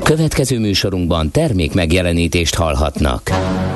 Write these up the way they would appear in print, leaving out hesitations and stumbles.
Következő műsorunkban termék megjelenítést hallhatnak.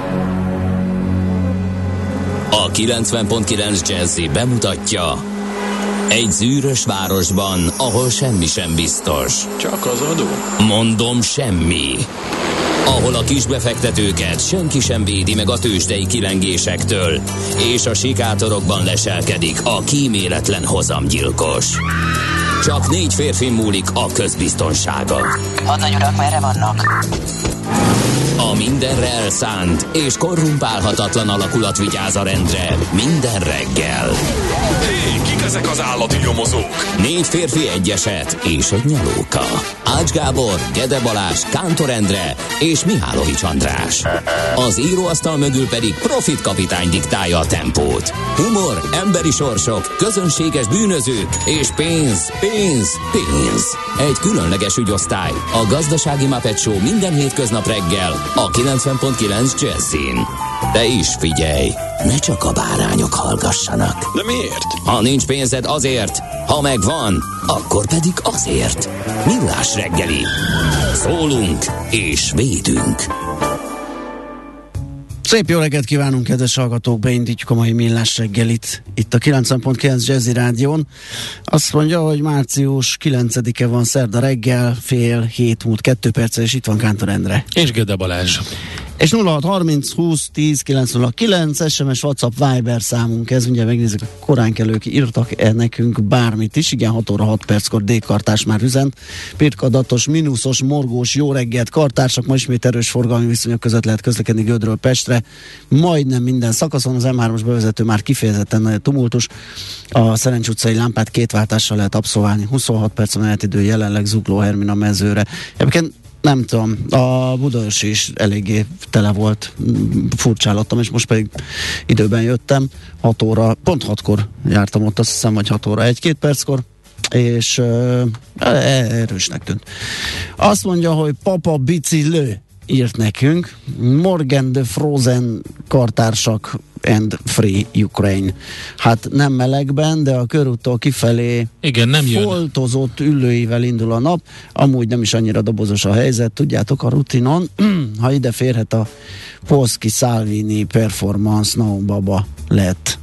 A 90.9 Jazzy bemutatja: egy zűrös városban, ahol semmi sem biztos. Csak az adó? Mondom, semmi. Ahol a kisbefektetőket senki sem védi meg a tőzsdei kilengésektől, és a sikátorokban leselkedik a kíméletlen hozamgyilkos. Csak 4 férfi múlik a közbiztonsága. Hadnagy urak, merre vannak? A mindenre elszánt és korrumpálhatatlan alakulat vigyáz a rendre minden reggel. Hé, kik ezek az állati nyomozók? 4 férfi, egy eset és egy nyalóka. Ács Gábor, Gede Balázs, Kántor Endre és Mihálovics András. Az íróasztal mögül pedig Profit kapitány diktálja a tempót. Humor, emberi sorsok, közönséges bűnözők és pénz, pénz, pénz. Egy különleges ügyosztály, a Gazdasági Muppet Show minden hétköznap reggel a 90.9 Jazzin. De is figyelj, ne csak a bárányok hallgassanak. De miért? Ha nincs pénzed, azért, ha megvan, akkor pedig azért. Millás reggeli. Szólunk és védünk. Szép jó reggelt kívánunk, kedves hallgatók! Beindítjuk a mai Millás reggelit itt a 90.9 Jazzy Rádión. Azt mondja, hogy március 9-e van, szerda reggel, 6:30 múlt 2 perccel, és itt van Kántor Endre. És Gede Balázs. És 0630 20 10 909 SMS, WhatsApp, Viber számunk ez. Mindjárt megnézzük, a koránkelők írtak-e nekünk bármit is. Igen, 6 óra 6 perckor D-kartárs már üzent. Pirkadatos, mínuszos, morgós, jó reggelt kartársak. Ma ismét erős forgalmi viszonyok között lehet közlekedni Gödről Pestre. Majdnem minden szakaszon. Az M3-as bevezető már kifejezetten nagy tumultus. A Szerencs utcai lámpát 2 váltással lehet abszolválni. 26 perc a menetidő, jelenleg Zugló Hermina mezőre. Egyébként nem tudom, a Budaörsi is eléggé tele volt, furcsálottam, és most pedig időben jöttem, 6 óra, pont 6-kor jártam ott, azt hiszem, hogy 6 óra 1-2 perckor, és erősnek tűnt. Azt mondja, hogy Papa Bicilő írt nekünk, Morgan de Frozen kartársak and Free Ukraine. Hát nem melegben, de a körúttól kifelé igen, nem foltozott ülőivel indul a nap. Amúgy nem is annyira dobozos a helyzet, tudjátok, a rutinon, ha ide férhet a Polski Salvini Performance Snowbaba lett.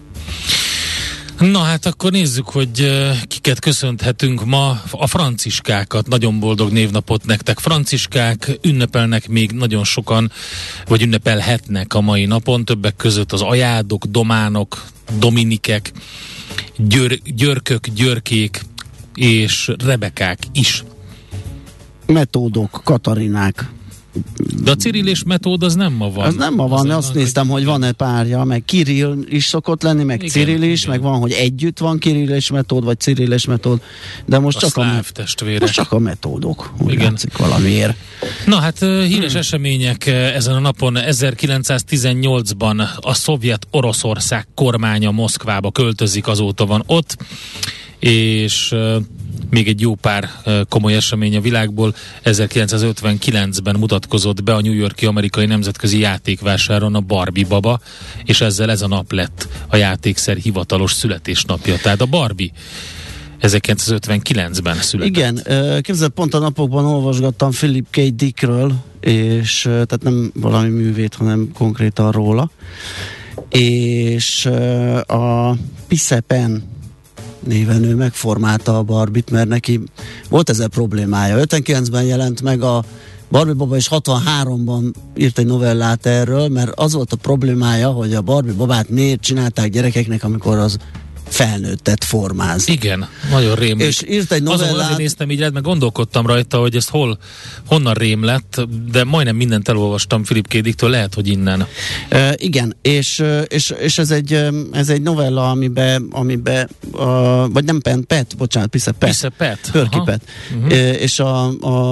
Na hát akkor nézzük, hogy kiket köszönhetünk ma. A franciskákat, nagyon boldog névnapot nektek. Franciskák ünnepelnek még nagyon sokan, vagy ünnepelhetnek a mai napon, többek között az ajádok, dománok, dominikek, györkök, györkék és rebekák is. Metódok, Katarinák. De a Cirill és Metód az nem ma van. Az nem ma van, azt néztem, hogy van-e párja, meg Kirill is szokott lenni, meg igen, Cirill is, igen. Meg van, hogy együtt van Kirill és Metód, vagy Cirill és Metód, de most csak a Metódok, úgy látszik valamiért. Na hát híres események ezen a napon. 1918-ban a Szovjet-Oroszország kormánya Moszkvába költözik, azóta van ott, és még egy jó pár komoly esemény a világból. 1959-ben mutatkozott be a New York-i amerikai nemzetközi játékvásáron a Barbie baba, és ezzel ez a nap lett a játékszer hivatalos születésnapja. Tehát a Barbie 1959-ben született. Igen, képzeld, pont a napokban olvasgattam Philip K. Dickről, és tehát nem valami művét, hanem konkrétan róla. És a Pisepen néven ő megformálta a Barbie-t, mert neki volt ezzel problémája. 59-ben jelent meg a Barbie baba, és 63-ban írt egy novellát erről, mert az volt a problémája, hogy a Barbie babát miért csinálták gyerekeknek, amikor az felnőttet formáz. Igen, nagyon rém. És írt egy novellát. Azért néztem így, meg gondolkodtam rajta, hogy ezt honnan rém lett, de majdnem mindent elolvastam Philip K. Dicktől, lehet, hogy innen. Igen, és ez egy novella, amiben vagy nem Pet, bocsánat, Pet. Pörkipet. És a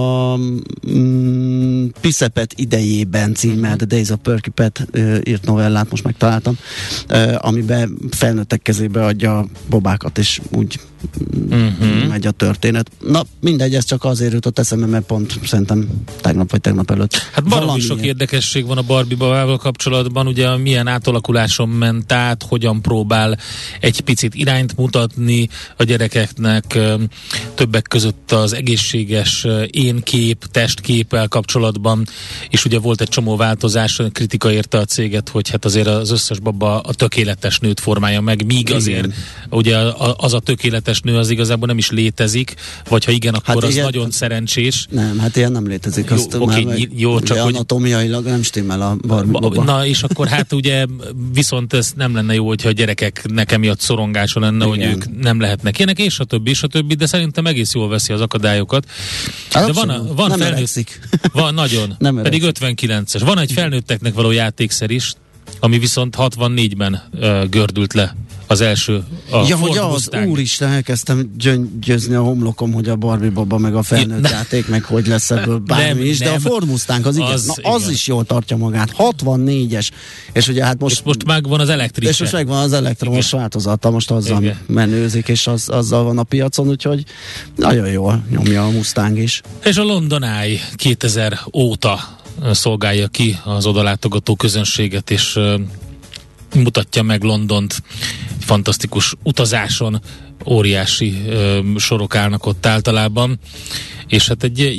Pissepet idejében címmel, The Days of Pörkipet írt novellát, most megtaláltam, amiben felnőttek kezébe adja a babákat, és úgy megy a történet. Na, mindegy, ez csak azért jutott eszembe, mert pont szerintem tegnap vagy tegnap előtt. Hát baromi sok érdekesség van a Barbie babával kapcsolatban, ugye milyen átalakuláson ment át, hogyan próbál egy picit irányt mutatni a gyerekeknek, többek között az egészséges énkép, testképpel kapcsolatban, és ugye volt egy csomó változás, kritika érte a céget, hogy hát azért az összes baba a tökéletes nőt formálja meg, míg azért ugye az a tökéletes nő az igazából nem is létezik, vagy ha igen, akkor hát az ilyen, nagyon szerencsés. Nem, hát ilyen nem létezik. Azt jó, csak hogy anatomiailag nem stimmel a Barbie baba. Na, és akkor hát ugye viszont ez nem lenne jó, hogyha a gyerekeknek emiatt szorongása lenne, igen, hogy ők nem lehetnek ilyenek, és a többi, de szerintem egész jól veszi az akadályokat. Hát de van nem felnőtt, van nagyon, nem pedig 59-es. Van egy felnőtteknek való játékszer is, ami viszont 64-ben gördült le az első. Hogy az, úristen, elkezdtem gyöngyözni a homlokom, hogy a Barbie baba meg a felnőtt játék, meg hogy lesz ebből bármi is, de a Ford Mustang az igen. Az is jól tartja magát. 64-es. És ugye hát most megvan az elektrikse. És most megvan az elektromos változata, most azzal menőzik, és azzal van a piacon, úgyhogy nagyon jól nyomja a Mustang is. És a London Eye 2000 óta szolgálja ki az odalátogató közönséget, és mutatja meg Londont fantasztikus utazáson, óriási sorok állnak ott általában, és hát egy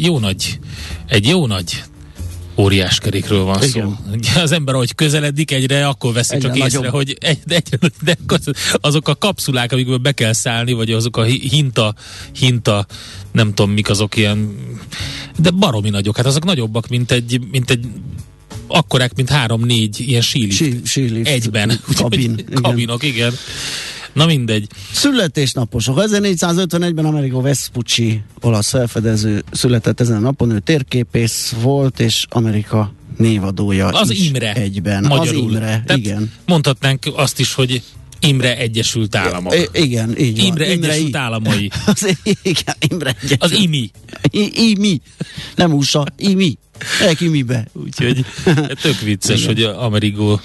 jó nagy óriáskerékről van szó. Az ember, ahogy közeledik egyre, akkor veszi csak észre, nagyobb, hogy de azok a kapszulák, amikből be kell szállni, vagy azok a hinta, nem tudom mik azok ilyen, de baromi nagyok. Hát azok nagyobbak, mint egy akkorák, mint 3-4 ilyen sílift. Egyben. Kabinok, igen. Na mindegy. Születésnaposok. 1451-ben Amerigo Vespucci, olasz felfedező született ezen a napon, ő térképész volt, és Amerika névadója az is Imre. Egyben. Magyarul. Az Imre, tehát igen. Mondhatnánk azt is, hogy Imre Egyesült Államok. Igen, így van. Imre Egyesült Államai. Igen, Imre Egyesült. Az IMI. IMI. Nem USA, IMI. IMI-be. Úgyhogy tök vicces, igen, hogy Amerigo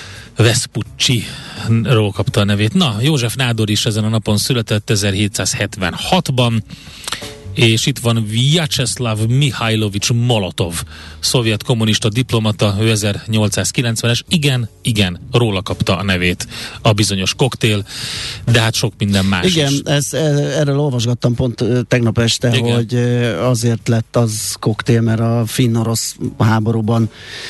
Vespucci-ról kapta a nevét. Na, József Nádor is ezen a napon született 1776-ban, és itt van Vyacheslav Mihajlovics Molotov, szovjet kommunista diplomata, ő 1890-es, igen, róla kapta a nevét a bizonyos koktél, de hát sok minden más igen, is. Erről olvasgattam pont tegnap este, igen, hogy azért lett az koktél, mert a finn-orosz háborúban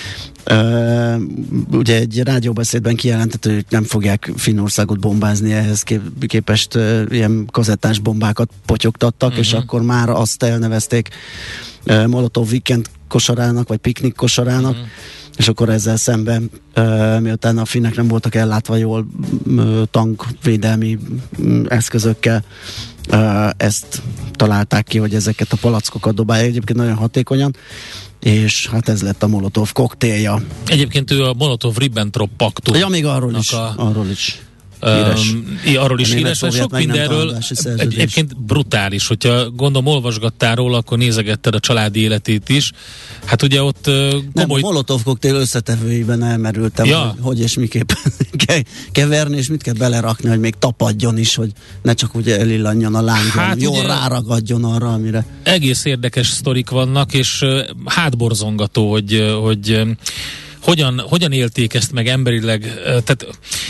ugye egy rádióbeszédben kijelentett, hogy nem fogják Finnországot bombázni, ehhez képest ilyen kazettás bombákat potyogtattak, és akkor már azt elnevezték Molotov weekend kosarának, vagy piknik kosarának, és akkor ezzel szemben, miután a finnek nem voltak ellátva jól tankvédelmi eszközökkel, ezt találták ki, hogy ezeket a palackokat dobálják, egyébként nagyon hatékonyan, és hát ez lett a Molotov koktélja. Egyébként ő a Molotov-Ribbentrop paktum. Ja, még arról is híres. Arról is híres, sok mindenről egyébként brutális, hogyha gondolom olvasgattál róla, akkor nézegetted a családi életét is. Hát ugye ott nem, a Molotov koktél összetevőiben elmerültem, hogy és miképp keverni, és mit kell belerakni, hogy még tapadjon is, hogy ne csak ugye elillanjon a láng, hát jól ráragadjon arra, amire. Egész érdekes sztorik vannak, és hátborzongató, hogy hogyan élték ezt meg emberileg, tehát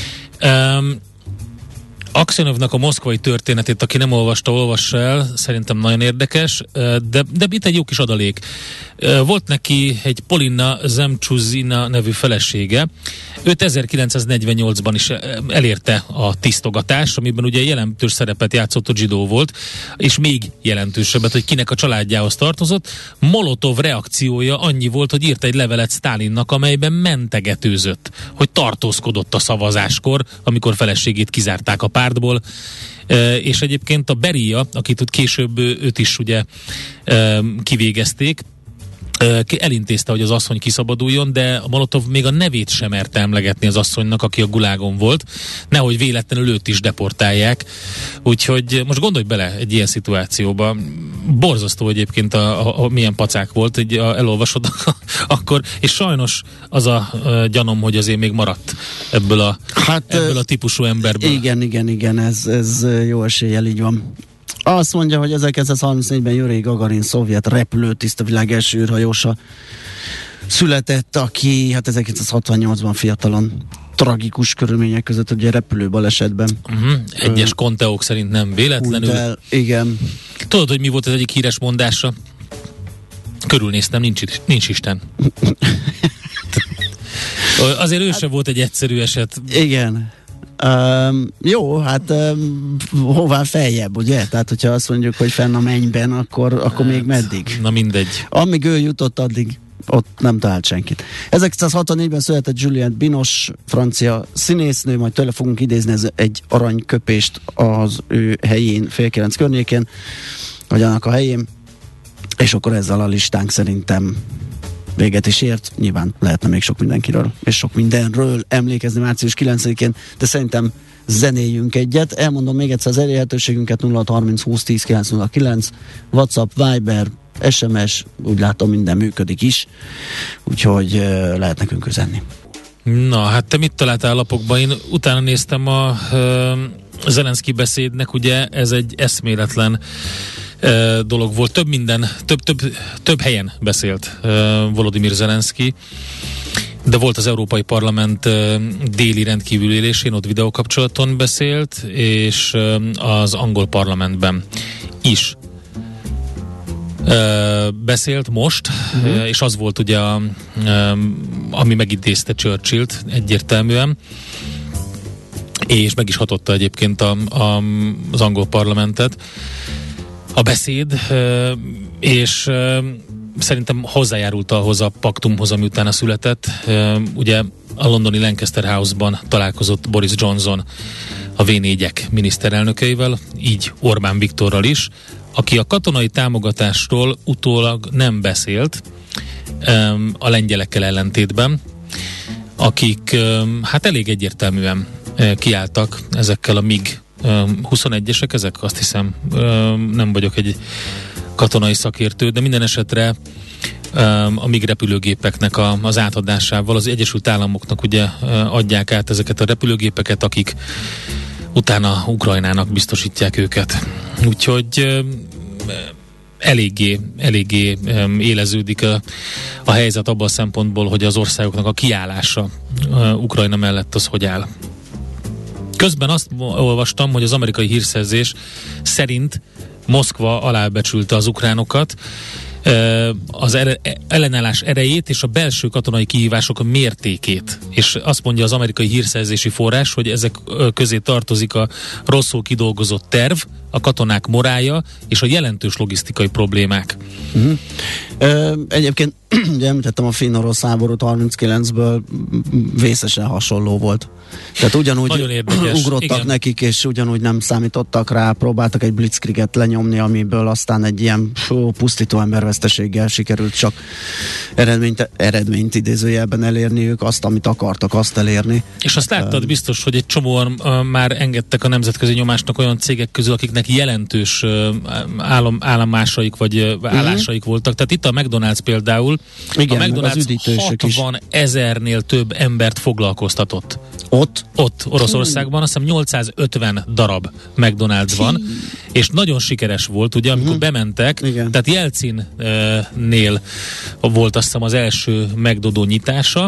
Aksionovnak a moszkvai történetét, aki nem olvasta, olvassa el, szerintem nagyon érdekes, de itt egy jó kis adalék. Volt neki egy Polina Zemcsuzina nevű felesége, őt 1948-ban is elérte a tisztogatás, amiben ugye jelentős szerepet játszott, a zsidó volt, és még jelentősebbet, hogy kinek a családjához tartozott. Molotov reakciója annyi volt, hogy írt egy levelet Sztálinnak, amelyben mentegetőzött, hogy tartózkodott a szavazáskor, amikor feleségét kizárták a pártból, és egyébként a Beria, akit később őt is ugye kivégezték, elintézte, hogy az asszony kiszabaduljon, de a Molotov még a nevét sem merte emlegetni az asszonynak, aki a gulágon volt, nehogy véletlenül őt is deportálják. Úgyhogy most gondolj bele egy ilyen szituációba. Borzasztó egyébként milyen pacák volt, így elolvasod akkor, és sajnos az a gyanom, hogy azért még maradt ebből a típusú emberből. Igen, ez jó eséllyel így van. Azt mondja, hogy 1934-ben Jurij Gagarin szovjet repülőtiszt, a világ első űrhajósa született, aki 1968-ban fiatalon tragikus körülmények között, ugye repülőbalesetben. Egyes konteók szerint nem véletlenül. Igen. Tudod, hogy mi volt az egyik híres mondása? Körülnéztem, nincs Isten. Azért ő sem volt egy egyszerű eset. Igen. Jó, hát hová feljebb, ugye? Tehát, hogyha azt mondjuk, hogy fenn a mennyben, akkor még meddig? Na mindegy. Amíg ő jutott, addig ott nem talált senkit. 1964-ben született Juliette Binoche, francia színésznő, majd tőle fogunk idézni egy aranyköpést az ő helyén, 8:30 környékén, vagy annak a helyén, és akkor ezzel a listánk szerintem véget is ért. Nyilván lehetne még sok mindenkiről és sok mindenről emlékezni március 9-én, de szerintem zenéljünk egyet. Elmondom még egyszer az elérhetőségünket: 0630 20 10 909, WhatsApp, Viber, SMS, úgy látom minden működik is, úgyhogy lehet nekünk üzenni. Na, hát te mit találtál lapokban? Én utána néztem a Zelenszky beszédnek, ugye ez egy eszméletlen dolog volt. Több helyen beszélt Volodymyr Zelenszky, de volt az Európai Parlament déli rendkívülélésén, ott videókapcsolaton beszélt, és az angol parlamentben is beszélt most, és az volt ugye, ami megidézte Churchillt egyértelműen, és meg is hatotta egyébként az angol parlamentet a beszéd, és szerintem hozzájárult ahhoz a paktumhoz, ami utána született. Ugye a londoni Lancaster House-ban találkozott Boris Johnson a V4-ek miniszterelnökeivel, így Orbán Viktorral is, aki a katonai támogatásról utólag nem beszélt, a lengyelekkel ellentétben, akik hát elég egyértelműen kiálltak ezekkel a MiG 21-esek, ezek, azt hiszem, nem vagyok egy katonai szakértő, de minden esetre a MiG repülőgépeknek az átadásával az Egyesült Államoknak ugye adják át ezeket a repülőgépeket, akik utána Ukrajnának biztosítják őket. Úgyhogy eléggé éleződik a helyzet abban a szempontból, hogy az országoknak a kiállása Ukrajna mellett az hogy áll. Közben azt olvastam, hogy az amerikai hírszerzés szerint Moszkva alábecsülte az ukránokat, az ellenállás erejét és a belső katonai kihívások mértékét. És azt mondja az amerikai hírszerzési forrás, hogy ezek közé tartozik a rosszul kidolgozott terv, a katonák morálja és a jelentős logisztikai problémák. Egyébként ugye említettem a finn-orosz háborút 39-ből, vészesen hasonló volt. Tehát ugyanúgy ugrottak igen. nekik, és ugyanúgy nem számítottak rá, próbáltak egy blitzkriget lenyomni, amiből aztán egy ilyen pusztító emberveszteséggel sikerült csak eredményt idézőjelben elérniük, azt, amit akartak, azt elérni. És azt láttad biztos, hogy egy csomóan már engedtek a nemzetközi nyomásnak olyan cégek közül, akiknek jelentős állomásaik vagy állásaik voltak. Tehát itt a McDonald's például, igen, a McDonald's 60 000-nél több embert foglalkoztatott. Ott Oroszországban azt hiszem 850 darab McDonald's van, és nagyon sikeres volt, ugye, amikor bementek, igen. Tehát Jelcinnél volt azt hiszem az első McDonald's nyitása,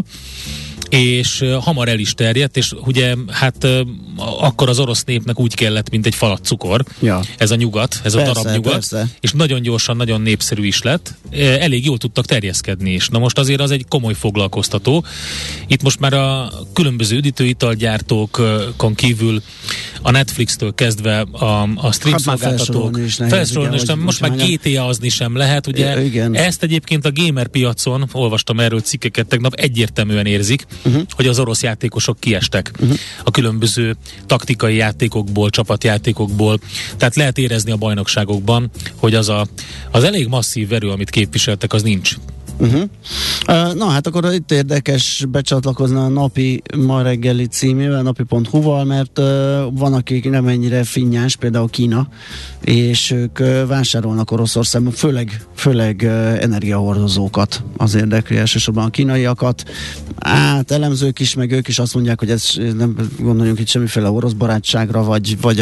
és hamar el is terjedt, és ugye hát akkor az orosz népnek úgy kellett, mint egy falat cukor, ez a nyugat, ez persze, a darab nyugat, persze. És nagyon gyorsan, nagyon népszerű is lett, elég jól tudtak terjeszkedni is. Na most azért az egy komoly foglalkoztató. Itt most már a különböző üdítőitalgyártókon kívül a Netflix-től kezdve a stream szolgáltatók, felsorolni is, most már GTA-azni sem lehet, ugye ezt egyébként a gamer piacon, olvastam erről cikkeket tegnap, egyértelműen érzik, hogy az orosz játékosok kiestek a különböző taktikai játékokból, csapatjátékokból. Tehát lehet érezni a bajnokságokban, hogy az elég masszív erő, amit képviseltek, az nincs. Na hát akkor itt érdekes becsatlakozni a napi ma reggeli címével, napi.hu-val, mert van, akik nem ennyire finnyás, például Kína, és ők vásárolnak Oroszországban, főleg energiahordozókat, az érdekli elsősorban a kínaiakat. Hát elemzők is, meg ők is azt mondják, hogy ez nem gondoljunk itt semmiféle orosz barátságra, vagy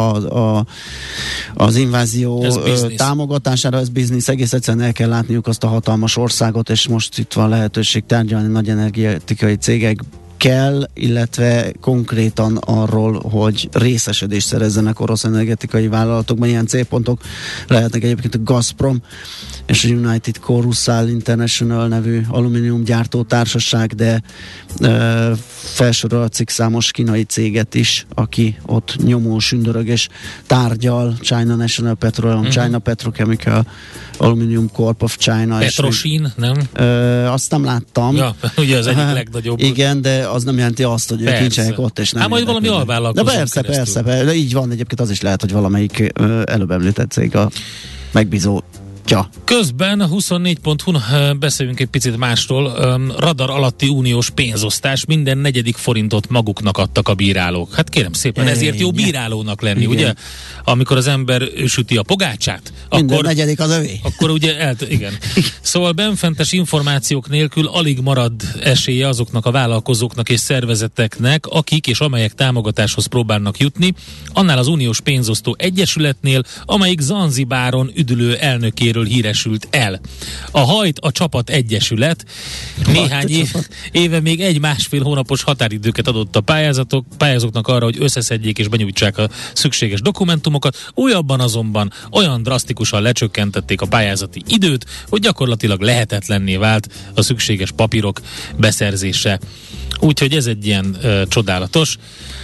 az invázió támogatására, ez biznisz, egész egyszerűen el kell látniuk azt a hatalmas országot, és most itt van lehetőség tárgyalni nagy energetikai cégekkel, illetve konkrétan arról, hogy részesedést szerezzenek orosz energetikai vállalatokban. Ilyen célpontok lehetnek egyébként a Gazprom és a United Coruscant International nevű alumíniumgyártó társaság, de felsorol a cikk számos kínai céget is, aki ott nyomul, sündörög és tárgyal. China National Petroleum, China Petrochemical, Aluminium Corp of China. Petrosin, nem? Azt nem láttam. Ja, ugye az egyik legnagyobb. Igen, de az nem jelenti azt, hogy ők nincsenek ott, és nem. Hát majd valami alvállalkozón keresztül. Persze, de így van, egyébként az is lehet, hogy valamelyik előbb említett cég a megbízó. Ja. Közben 24.hu-n beszélünk egy picit másról. Radar alatti uniós pénzosztás, minden 4. forintot maguknak adtak a bírálók. Hát kérem szépen, ezért jó bírálónak lenni, igen. Ugye? Amikor az ember süti a pogácsát, minden akkor 4. az övé. Akkor ugye, igen. Szóval benfentes információk nélkül alig marad esélye azoknak a vállalkozóknak és szervezeteknek, akik és amelyek támogatáshoz próbálnak jutni, annál az uniós pénzosztó egyesületnél, amelyik Zanzibáron üdülő elnökéről híresült el. A Hajt a Csapat Egyesület néhány éve még 1-1,5 hónapos határidőket adott a pályázóknak arra, hogy összeszedjék és benyújtsák a szükséges dokumentumokat. Újabban azonban olyan drasztikusan lecsökkentették a pályázati időt, hogy gyakorlatilag lehetetlenné vált a szükséges papírok beszerzése. Úgyhogy ez egy ilyen csodálatos.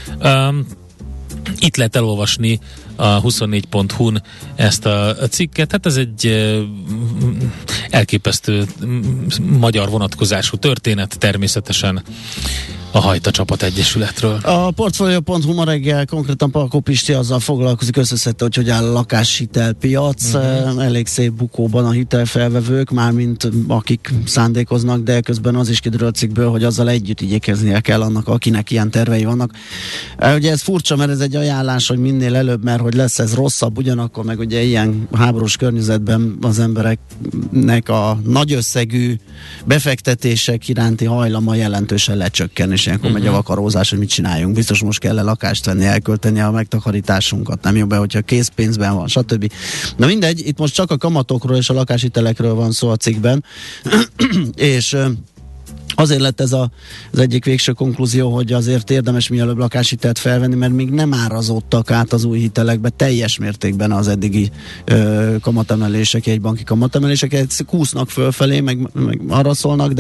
Itt lehet elolvasni a 24.hu-n ezt a cikket. Hát ez egy elképesztő magyar vonatkozású történet, természetesen a Hajt a Csapat Egyesületről. A Portfolio.hu ma reggel konkrétan Palkó Pisti azzal foglalkozik, összeszedte, hogy áll a lakáshitelpiac. Elég szép bukóban a hitelfelvevők, mármint akik szándékoznak, de közben az is kiderül a cikkből, hogy azzal együtt igyekeznie kell annak, akinek ilyen tervei vannak. Ugye ez furcsa, mert ez egy ajánlás, hogy minél előbb, mert hogy lesz ez rosszabb, ugyanakkor meg ugye ilyen háborús környezetben az embereknek a nagy összegű befektetések iránti hajlama jelentősen lecsökken, és ilyenkor megy a vakarózás, hogy mit csináljunk. Biztos most kell lakást venni, elkölteni a megtakarításunkat, nem jobb, hogyha készpénzben van, stb. Na mindegy, itt most csak a kamatokról és a lakáshitelekről van szó a cikkben, és azért lett ez az egyik végső konklúzió, hogy azért érdemes mielőbb lakáshitelt felvenni, mert még nem árazódtak át az új hitelekbe teljes mértékben az eddigi kamatemelések, jegybanki kamatemelések, kúsznak fölfelé, meg arra szólnak,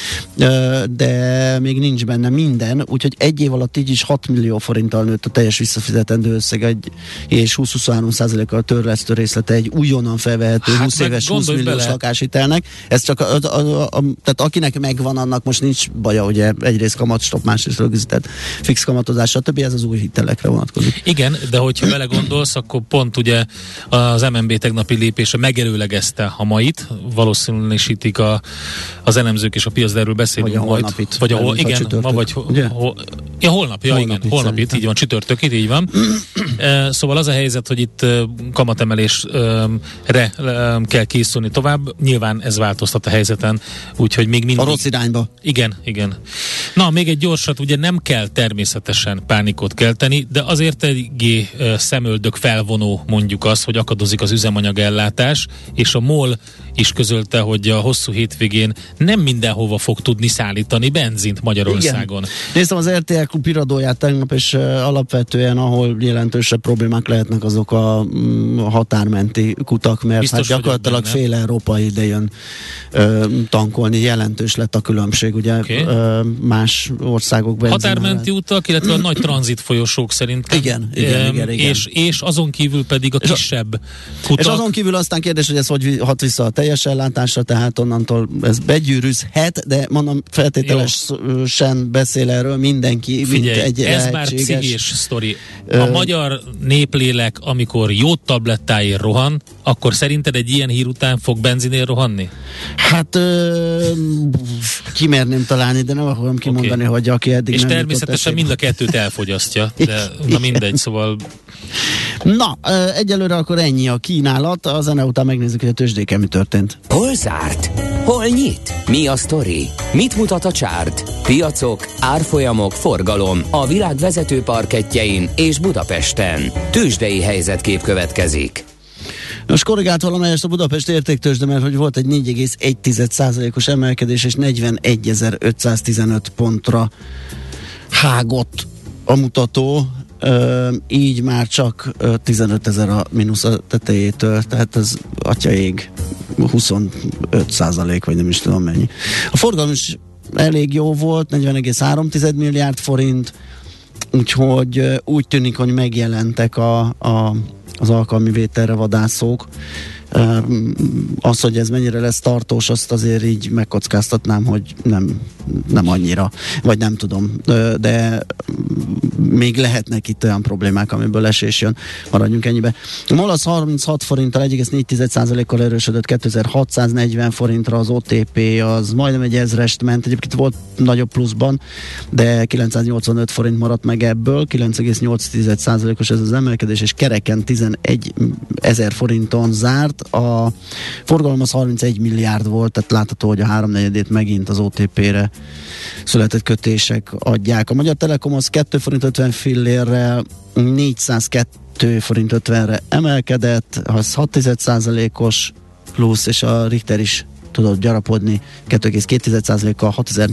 de még nincs benne minden, úgyhogy egy év alatt így is 6 millió forinttal nőtt a teljes visszafizetendő összeg, és 20-23%-kal törlesztő részlete egy újonnan felvehető 20 éves 20 milliós lakáshitelnek. Ez csak tehát akinek megvan, annak most nincs baja, ugye egyrészt kamatstop, másrészt rögzített fix kamatozás, stb. Ez az új hitelekre vonatkozik. Igen, de hogyha belegondolsz, akkor pont ugye az MNB tegnapi lépése megerőlegezte a mait, valószínűsítik az elemzők és a piac, de erről beszélünk vagy majd. Vagy holnap itt, így van, csütörtökit, így van. Szóval az a helyzet, hogy itt kamatemelésre kell készülni tovább. Nyilván ez változtat a helyzeten, úgyhogy még mindig... A rossz irányba. Igen. Na, még egy gyorsat, ugye nem kell természetesen pánikot kelteni, de azért eléggé szemöldök felvonó mondjuk az, hogy akadozik az üzemanyagellátás, és a MOL is közölte, hogy a hosszú hétvégén nem mindenhova fog tudni szállítani benzint Magyarországon. Igen. Néztem az RTL Klub iradóját tegnap, és alapvetően ahol jelentősebb problémák lehetnek, azok a határmenti kutak, mert biztos, hát gyakorlatilag fél Európa ide jön tankolni, jelentős lett a különbség, ugye más országokban. Határmenti utak, illetve a nagy tranzit folyosók szerintem. Igen. És azon kívül pedig a kisebb kutak. És azon kívül aztán kérdés, hogy ez hogy hat vissza a teljes ellátásra, tehát onnantól ez begyűrűzhet, de mondom, feltételesen beszél erről mindenki. Figyelj, egy ez már cigés sztori. A magyar néplélek, amikor jó tablettáért rohan, akkor szerinted egy ilyen hír után fog benzinér rohanni? Hát kimerném találni, de nem akarom kimondani, hogy aki eddig és nem természetesen mind a kettőt elfogyasztja, de na mindegy, szóval... Na, egyelőre akkor ennyi a kínálat, a zene után megnézzük, hogy a tőzsdéken mi történt. Hol zárt? Hol nyit? Mi a sztori? Mit mutat a csárt? Piacok, árfolyamok, forgalom a világ vezető parkettjein és Budapesten. Tőzsdei helyzetkép következik. Most korrigált valamelyest a Budapest értéktőzsde, mert hogy volt egy 4,1%-os emelkedés, és 41.515 pontra hágott a mutató, így már csak 15.000 a mínusz a tetejétől, tehát ez atya ég, 25%, vagy nem is tudom mennyi. A forgalom is elég jó volt, 40,3 milliárd forint, úgyhogy úgy tűnik, hogy megjelentek az alkalmi vételre vadászók. Az, hogy ez mennyire lesz tartós, azt azért így megkockáztatnám, hogy nem annyira, vagy nem tudom, de még lehetnek itt olyan problémák, amiből esés jön. Maradjunk ennyibe. A MOL az 36 forinttal 1,4%-kal erősödött 2640 forintra, az OTP az majdnem egy ezrest ment, egyébként volt nagyobb pluszban, de 985 forint maradt meg ebből, 9,8%-os ez az emelkedés, és kereken 11 000 forinton zárt. A forgalom az 31 milliárd volt, tehát látható, hogy a 3/4-ét megint az OTP-re született kötések adják. A Magyar Telekom az 2 forint 50 fillérrel 402 forint 50-re emelkedett, az 6%-os plusz, és a Richter is tudott gyarapodni 2,2%-kal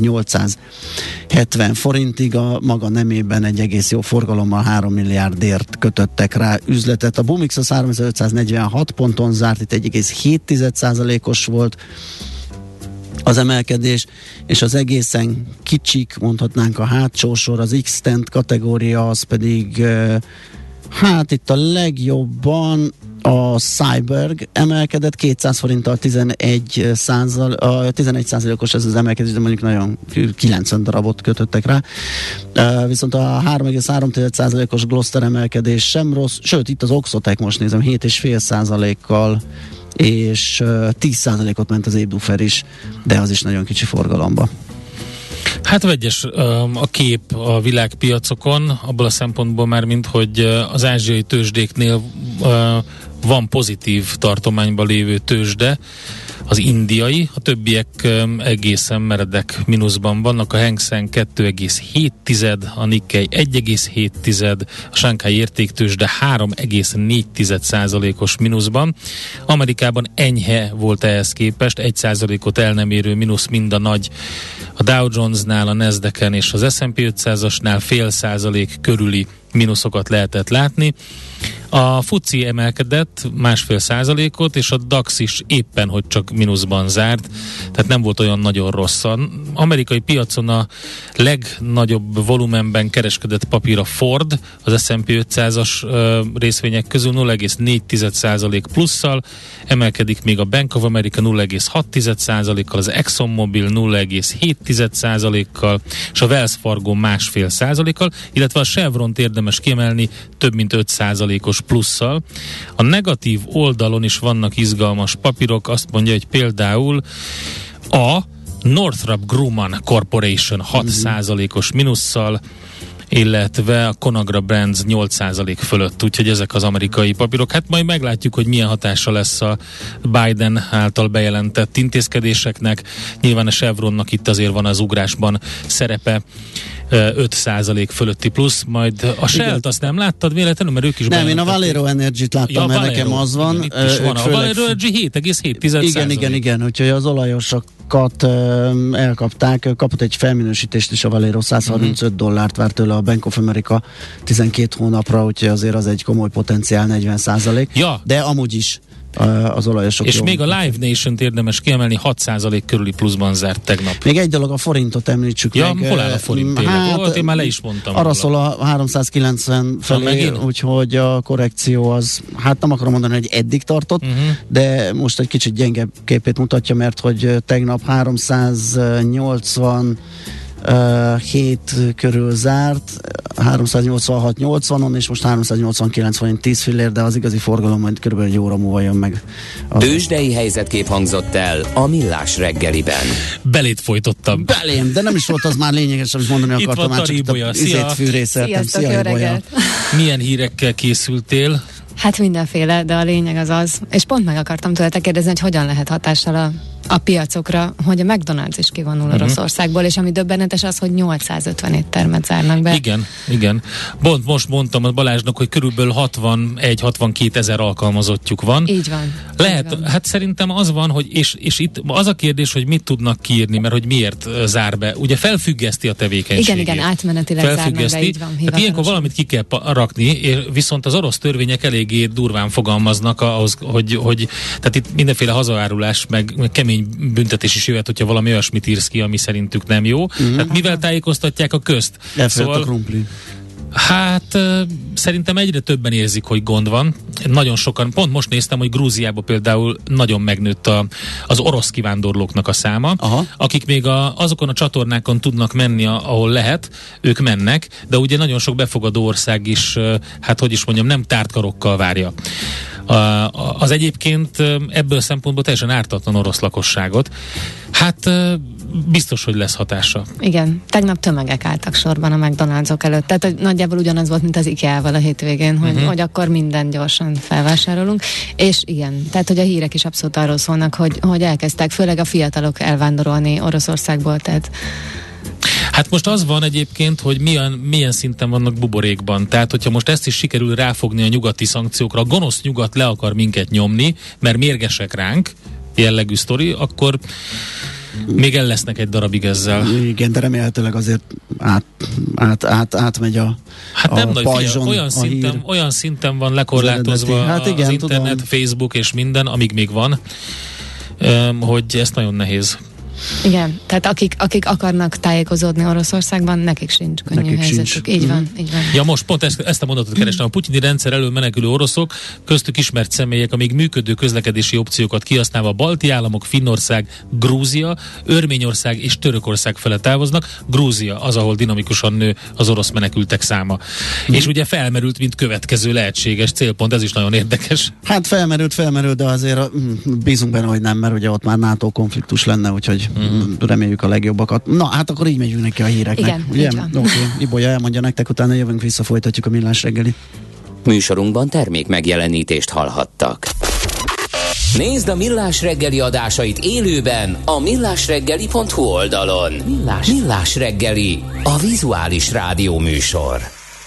6870 forintig, a maga nemében egy egész jó forgalommal 3 milliárdért kötöttek rá üzletet. A Bumix az 3546 ponton zárt, itt 1,7%-os volt az emelkedés, és az egészen kicsik, mondhatnánk a hátsó sor, az X-Tent kategória, az pedig hát itt a legjobban a Cyberg emelkedett 200 forinttal 11%-os ez az emelkedés, de mondjuk nagyon 90 darabot kötöttek rá. Viszont a 3,3%-os Gloster emelkedés sem rossz, sőt itt az Oxotec most nézem 7,5%-kal, és 10%-ot ment az Ébdufer is, de az is nagyon kicsi forgalomba. Hát vegyes a kép a világpiacokon, abból a szempontból már, mint hogy az ázsiai tőzsdéknél van pozitív tartományban lévő tőzsde, az indiai, a többiek egészen meredek mínuszban vannak, a Hang Seng 2,7, a Nikkei 1,7, a Shanghai értéktőzsde 3,4%-os mínuszban. Amerikában enyhe volt ehhez képest, 1%-ot el nem érő mínusz mind a nagy, a Dow Jonesnál, a Nasdaqen és az S&P 500-asnál 0,5% körüli mínuszokat lehetett látni. A FTSE emelkedett 1,5%-ot, és a DAX is éppen, hogy csak mínuszban zárt, tehát nem volt olyan nagyon rossz. Az amerikai piacon a legnagyobb volumenben kereskedett papír a Ford, az S&P 500-as részvények közül 0,4% plusszal, emelkedik még a Bank of America 0,6%-kal, az ExxonMobil 0,7%-kal, és a Wells Fargo 1,5%-kal, illetve a Chevront érdemes kiemelni több mint 5%-os plusszal. A negatív oldalon is vannak izgalmas papírok, azt mondja, hogy például a Northrop Grumman Corporation 6%-os mínusszal, illetve a Conagra Brands 8% fölött, úgyhogy ezek az amerikai papírok. Hát majd meglátjuk, hogy milyen hatása lesz a Biden által bejelentett intézkedéseknek. Nyilván a Chevronnak itt azért van az ugrásban szerepe, 5% fölötti plusz, majd a Shell-t azt nem láttad véletlenül, mert ők is nem, én a Valero Energy-t láttam, mert nekem az van. Igen, itt is van. A Valero Energy 7,7%. Igen, úgyhogy az olajosokat elkapták, kapott egy felminősítést is a Valero, $135 várt tőle a Bank of America 12 hónapra, úgyhogy azért az egy komoly potenciál, 40%. Ja. De amúgy is az olajosok. És jó. még a Live Nation-t érdemes kiemelni, 6% körüli pluszban zárt tegnap. Még egy dolog, a forintot említsük meg. Hol áll a forint tényleg? Hát, én már le is mondtam. Arra szól a 390 felé, úgyhogy a korrekció az, hát nem akarom mondani, hogy eddig tartott, de most egy kicsit gyengebb képét mutatja, mert hogy tegnap 380 7 körül zárt, 386,80-on, és most 389 forint 10 fillér, de az igazi forgalom majd kb. Egy óra múlva jön meg. Tőzsdei helyzetkép hangzott el a Millás reggeliben. Belét folytottam. Belém, de nem is volt az már lényeges, amit mondani akartam, már csak izét fűrészeltem. Szia, jó reggelt! Milyen hírekkel készültél? Hát mindenféle, de a lényeg az, és pont meg akartam tőletek kérdezni, hogy hogyan lehet hatással a piacokra, hogy a McDonald's is kivonul Oroszországból, és ami döbbenetes az, hogy 850 éttermet zárnak be. Igen. Most mondtam a Balázsnak, hogy körülbelül 61-62 ezer alkalmazottjuk van. Így van. Lehet, így van. hát szerintem az van, hogy és itt az a kérdés, hogy mit tudnak kiírni, mert hogy miért zár be. Ugye felfüggeszti a tevékenységét. Igen, átmenetileg zárnak be, így van. Hát ilyenkor valamit ki kell rakni, viszont az orosz törvények eléggé durván fogalmaznak ahhoz, hogy tehát itt mindenféle hazaárulás, meg kemény büntetés is jöhet, hogyha valami olyasmit írsz ki, ami szerintük nem jó. Hát mivel tájékoztatják a közt? Elfért a krumpli. Hát szerintem egyre többen érzik, hogy gond van. Nagyon sokan, pont most néztem, hogy Grúziában például nagyon megnőtt az orosz kivándorlóknak a száma. Aha. Akik még azokon a csatornákon tudnak menni, ahol lehet, ők mennek, de ugye nagyon sok befogadó ország is, hát hogy is mondjam, nem tártkarokkal várja. Az egyébként ebből szempontból teljesen ártatlan orosz lakosságot. Hát biztos, hogy lesz hatása. Igen, tegnap tömegek álltak sorban a McDonald's-ok előtt, tehát hogy nagyjából ugyanaz volt, mint az IKEA-val a hétvégén, hogy akkor mindent gyorsan felvásárolunk, és igen, tehát hogy a hírek is abszolút arról szólnak, hogy elkezdtek, főleg a fiatalok elvándorolni Oroszországból, tehát hát most az van egyébként, hogy milyen szinten vannak buborékban. Tehát, hogyha most ezt is sikerül ráfogni a nyugati szankciókra, a gonosz nyugat le akar minket nyomni, mert mérgesek ránk, jellegű sztori, akkor még el lesznek egy darabig ezzel. Igen, de remélhetőleg azért átmegy a hát nem nagy, olyan szinten van lekorlátozva az internet, tudom. Facebook és minden, amíg még van, hogy ez nagyon nehéz. Igen, tehát akik akarnak tájékozódni Oroszországban, nekik sincs könnyű helyzetük. Így van. Ja, most pont ezt a mondatot kerestem. A putyini rendszer elől menekülő oroszok, köztük ismert személyek, amíg működő közlekedési opciókat kihasználva a balti államok, Finnország, Grúzia, Örményország és Törökország felett távoznak. Grúzia az, ahol dinamikusan nő az orosz menekültek száma. És ugye felmerült, mint következő lehetséges célpont, ez is nagyon érdekes. Hát felmerült, de azért bízunk benne, hogy nem, mert ugye ott már NATO konfliktus lenne, úgyhogy reméljük a legjobbakat. Na, hát akkor így megyünk neki a híreknek. Igen, ugye? így van. Oké, Ibolya elmondja nektek, utána jövünk vissza, folytatjuk a Millás reggeli. Műsorunkban termék megjelenítést hallhattak. Nézd a Millás reggeli adásait élőben a millásreggeli.hu oldalon. Millás reggeli, a vizuális rádió műsor.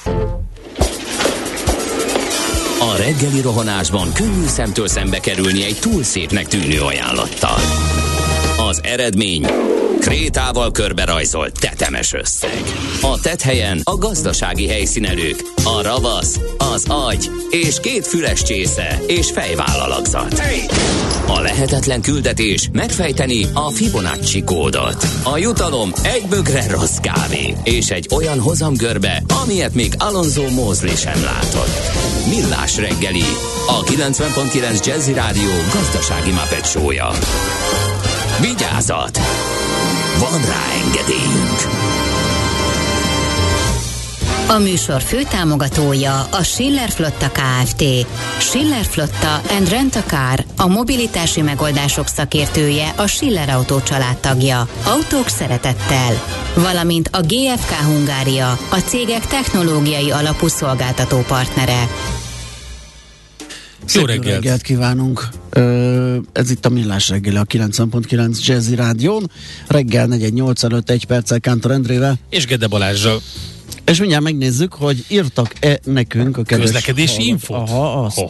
A reggeli rohanásban könnyű szemtől szembe kerülni egy túl szépnek tűnő ajánlattal. Az eredmény krétával körberajzolt tetemes összeg. A tetthelyen a gazdasági helyszínelők, a ravasz, az agy és 2 füles csésze és fejvállalakzat. A lehetetlen küldetés megfejteni a Fibonacci kódot. A jutalom egy bögre rossz kávé és egy olyan hozamgörbe, amilyet még Alonso Mosley sem látott. Millás reggeli, a 90.9 Jazzy Rádió gazdasági Muppet show-ja. Vigyázat! Van rá engedélyünk! A műsor főtámogatója a Schiller Flotta Kft. Schiller Flotta and Rent a Car, a mobilitási megoldások szakértője, a Schiller Autó családtagja. Autók szeretettel. Valamint a GFK Hungária, a cégek technológiai alapú szolgáltató partnere. Jó reggelt kívánunk! Ez itt a Millás reggeli, a 90.9 Jazzy Rádión. Reggel 4:08 előtt 1 perccel Kántor Endrével. És Gede Balázsral. És mindjárt megnézzük, hogy írtak-e nekünk a kedves közlekedési infót. Aha, azt.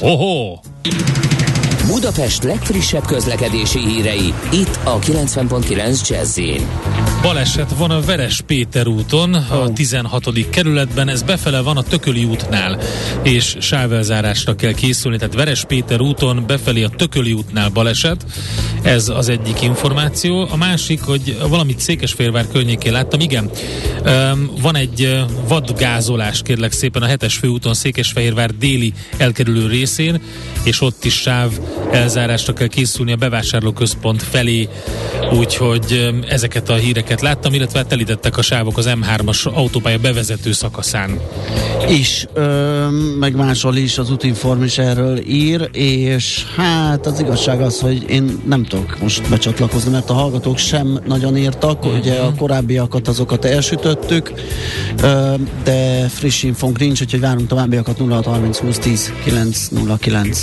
Budapest legfrissebb közlekedési hírei, itt a 90.9 Jazz-in. Baleset van a Veres Péter úton, a 16. kerületben, ez befele van a Tököli útnál, és sávelzárásra kell készülni, tehát Veres Péter úton befelé a Tököli útnál baleset, ez az egyik információ. A másik, hogy valamit Székesfehérvár környékén láttam, igen, van egy vadgázolás, kérlek szépen, a 7-es főúton Székesfehérvár déli elkerülő részén, és ott is elzárásra kell készülni a bevásárlóközpont felé, úgyhogy ezeket a híreket láttam, illetve telítettek a sávok az M3-as autópálya bevezető szakaszán. Meg máshol is az Útinform is erről ír, és hát az igazság az, hogy én nem tudok most becsatlakozni, mert a hallgatók sem nagyon írtak, ugye a korábbiakat azokat elsütöttük, de friss infónk nincs, úgyhogy várunk továbbiakat 0630 20 10 909.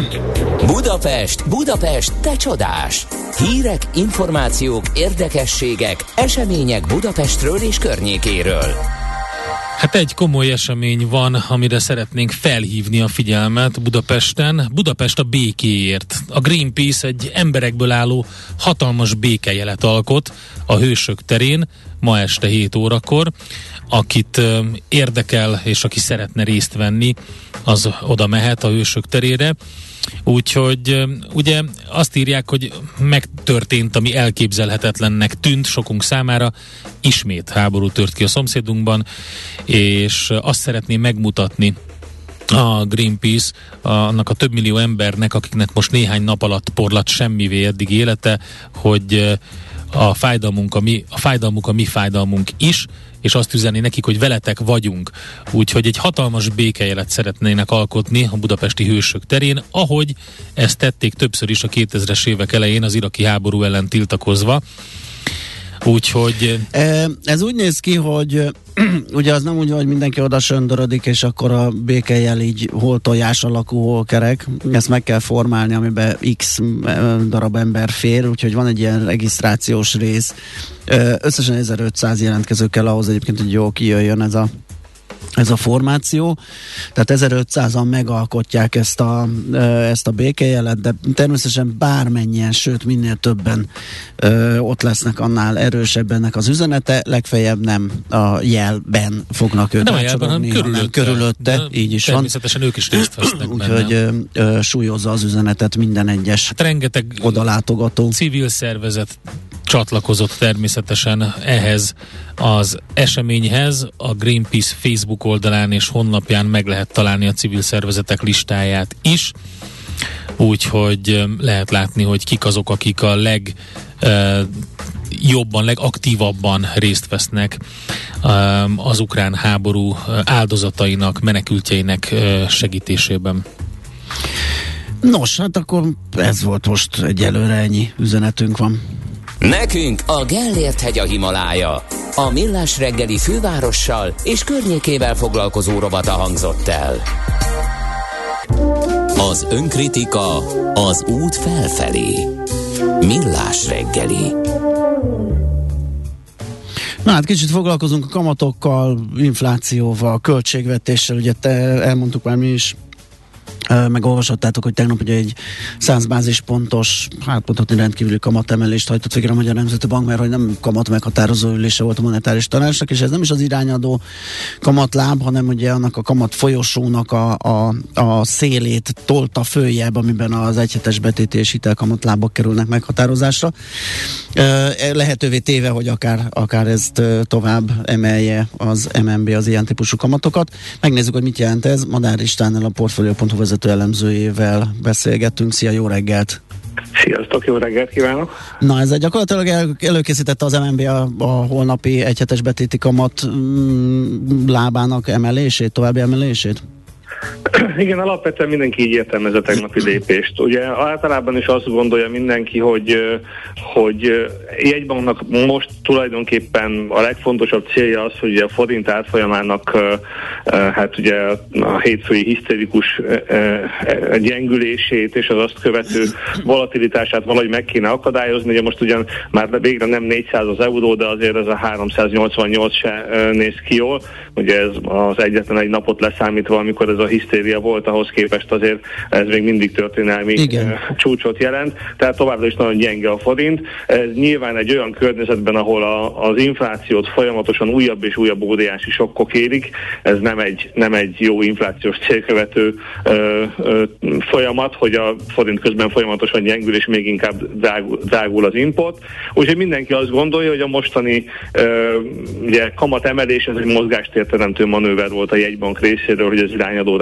Budapest, te csodás! Hírek, információk, érdekességek, események Budapestről és környékéről. Hát egy komoly esemény van, amire szeretnénk felhívni a figyelmet Budapesten. Budapest a békéért. A Greenpeace egy emberekből álló hatalmas békejelet alkot a Hősök terén ma este 7 órakor. Akit érdekel és aki szeretne részt venni, az oda mehet a Hősök terére. Úgyhogy ugye azt írják, hogy megtörtént, ami elképzelhetetlennek tűnt sokunk számára, ismét háború tört ki a szomszédunkban, és azt szeretné megmutatni a Greenpeace annak a több millió embernek, akiknek most néhány nap alatt porladt semmivé eddig élete, hogy a fájdalmuk a mi fájdalmunk is, és azt üzenni nekik, hogy veletek vagyunk. Úgyhogy egy hatalmas békejelet szeretnének alkotni a budapesti Hősök terén, ahogy ezt tették többször is a 2000-es évek elején az iraki háború ellen tiltakozva. Úgyhogy... Ez úgy néz ki, hogy ugye az nem úgy, hogy mindenki oda söndörödik, és akkor a békejel így hol tojás alakú, hol kerek. Ezt meg kell formálni, amiben X darab ember fér, úgyhogy van egy ilyen regisztrációs rész. Összesen 1500 jelentkező kell ahhoz egyébként, hogy jól kijöjjön ez a formáció. Tehát 1500-an megalkotják ezt a békejelet, de természetesen bármennyien, sőt minél többen ott lesznek, annál erősebb ennek az üzenete, legfeljebb nem a jelben fognak őt átsorogni, hanem körülötte, így is természetesen van. Ők is részt vesznek úgyhogy súlyozza az üzenetet minden egyes rengeteg odalátogató. Civil szervezet csatlakozott természetesen ehhez az eseményhez. A Greenpeace Facebook oldalán és honlapján meg lehet találni a civil szervezetek listáját is, úgyhogy lehet látni, hogy kik azok, akik a legjobban, legaktívabban részt vesznek az ukrán háború áldozatainak, menekültjeinek segítésében. Nos, hát akkor ez volt most egyelőre, ennyi üzenetünk van. Nekünk a Gellért-hegy a Himalája. A Millás reggeli fővárossal és környékével foglalkozó rovata hangzott el. Az önkritika az út felfelé. Millás reggeli. Na hát kicsit foglalkozunk a kamatokkal, inflációval, költségvetéssel, ugye elmondtuk már mi is, megolvashattátok, hogy tegnap ugye egy 100 bázispontos, hát mondhatni rendkívüli kamatemelést hajtott végre a Magyar Nemzeti Bank, mert hogy nem kamat meghatározó ülése volt a monetáris tanácsnak, és ez nem is az irányadó kamatláb, hanem ugye annak a kamat folyosónak a szélét tolta följebb, amiben az egyhetes betéti és hitelkamatlábak kerülnek meghatározásra. Lehetővé téve, hogy akár ezt tovább emelje az MNB az ilyen típusú kamatokat. Megnézzük, hogy mit jelent ez. Madár Istvánnal, a Portfolio.hu vezető elemzőjével beszélgettünk. Szia, jó reggelt! Sziasztok, jó reggelt kívánok! Na, ez gyakorlatilag előkészítette az MNB a holnapi egyhetes betéti kamat lábának emelését, további emelését? Igen, alapvetően mindenki így értelmezze a tegnapi lépést. Ugye általában is azt gondolja mindenki, hogy jegybanknak most tulajdonképpen a legfontosabb célja az, hogy a forint árfolyamának hát ugye a hétfői hisztérikus gyengülését és az azt követő volatilitását valahogy meg kéne akadályozni. Ugye most ugyan már végre nem 400 az euró, de azért ez a 388 se néz ki jól. Ugye ez az egyetlen egy napot leszámítva, amikor ez a hisztéria volt, ahhoz képest azért ez még mindig történelmi csúcsot jelent, tehát továbbra is nagyon gyenge a forint. Ez nyilván egy olyan környezetben, ahol az inflációt folyamatosan újabb és újabb óriási sokkok érik, ez nem egy jó inflációs célkövető folyamat, hogy a forint közben folyamatosan gyengül és még inkább drágul az import. Úgyhogy mindenki azt gondolja, hogy a mostani ugye, kamatemelés ez egy mozgástérteremtő manőver volt a jegybank részéről, hogy az irányadó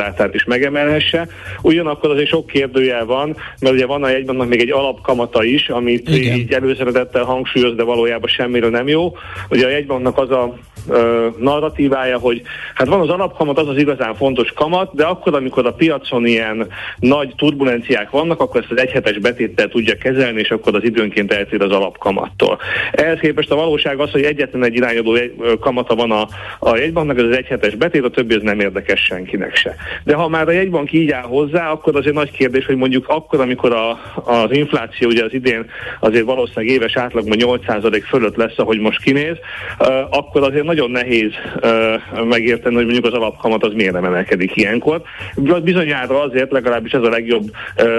kamatórátát is megemelhesse. Ugyanakkor azért sok kérdőjel van, mert ugye van a jegybanknak még egy alapkamata is, amit így előszeretettel hangsúlyoz, de valójában semmiről nem jó. Ugye a jegybanknak az a narratívája, hogy hát van az alapkamat, az igazán fontos kamat, de akkor, amikor a piacon ilyen nagy turbulenciák vannak, akkor ezt az egyhetes betéttel tudja kezelni, és akkor az időnként eltér az alapkamattól. Ehhez képest a valóság az, hogy egyetlen egy irányadó kamata van a jegybanknak, ez az egyhetes betét, a többi ez nem érdekes senkinek se. De ha már a jegybank így áll hozzá, akkor azért nagy kérdés, hogy mondjuk akkor, amikor az infláció ugye az idén azért valószínűleg éves átlagban 8% fölött lesz, ahogy most kinéz, akkor azért nagyon nehéz megérteni, hogy mondjuk az alapkamat az miért nem emelkedik ilyenkor. Bizonyára azért, legalábbis ez a legjobb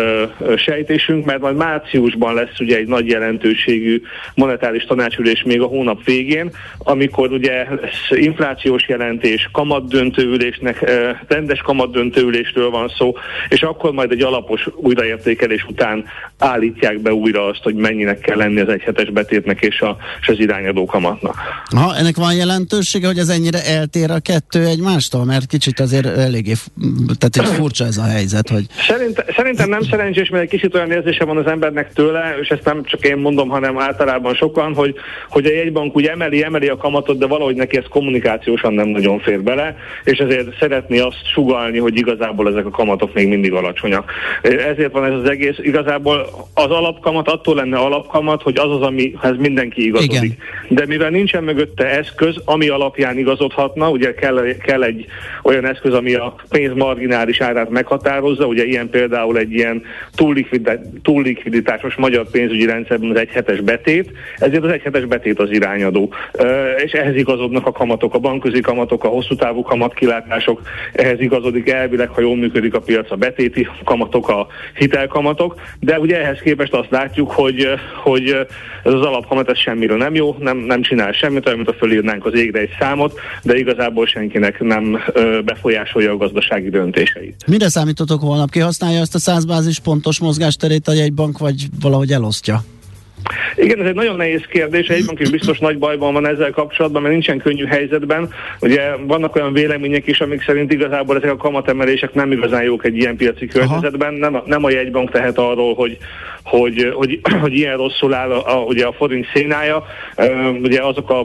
sejtésünk, mert majd márciusban lesz ugye egy nagy jelentőségű monetáris tanácsülés még a hónap végén, amikor ugye lesz inflációs jelentés, kamatdöntőülésnek, rendes kamatdöntőülésről van szó, és akkor majd egy alapos újraértékelés után állítják be újra azt, hogy mennyinek kell lenni az egyhetes betétnek és az irányadó kamatnak. Ennek van jelentősége, hogy ez ennyire eltér a kettő egymástól? Mert kicsit azért eléggé, tehát egy furcsa ez a helyzet, hogy... Szerintem nem szerencsés, mert egy kicsit olyan érzése van az embernek tőle, és ezt nem csak én mondom, hanem általában sokan, hogy a jegybank úgy emeli a kamatot, de valahogy neki ez kommunikációsan nem nagyon fér bele, és ezért szeretné azt sugallni, hogy igazából ezek a kamatok még mindig alacsonyak. Ezért van ez az egész. Igazából az alapkamat attól lenne alapkamat, hogy az, amihez mindenki igazodik. Igen. De mivel nincsen mögötte eszköz, ami alapján igazodhatna, ugye kell egy olyan eszköz, ami a pénz marginális árát meghatározza, ugye ilyen például egy ilyen túllikviditásos magyar pénzügyi rendszerben az egyhetes betét, ezért az egyhetes betét az irányadó. És ehhez igazodnak a kamatok, a bankközi kamatok, a hosszú távú kamatkilátások, ehhez igazodik elvileg, ha jól működik a piac, a betéti kamatok, a hitelkamatok, de ugye ehhez képest azt látjuk, hogy ez az alapkamat ez semmiről nem jó, nem csinál semmit, olyan, mint a fölírnánk az égre egy számot, de igazából senkinek nem befolyásolja a gazdasági döntéseit. Mire számítotok holnap? Ki használja ezt a 100 bázispontos mozgásterét a jegybank, vagy valahogy elosztja? Igen, ez egy nagyon nehéz kérdés, a jegybank is biztos nagy bajban van ezzel kapcsolatban, mert nincsen könnyű helyzetben. Ugye vannak olyan vélemények is, amik szerint igazából ezek a kamatemelések nem igazán jók egy ilyen piaci környezetben. Nem a jegybank tehet arról, hogy ilyen rosszul áll ugye a forint szénája. Ugye azok a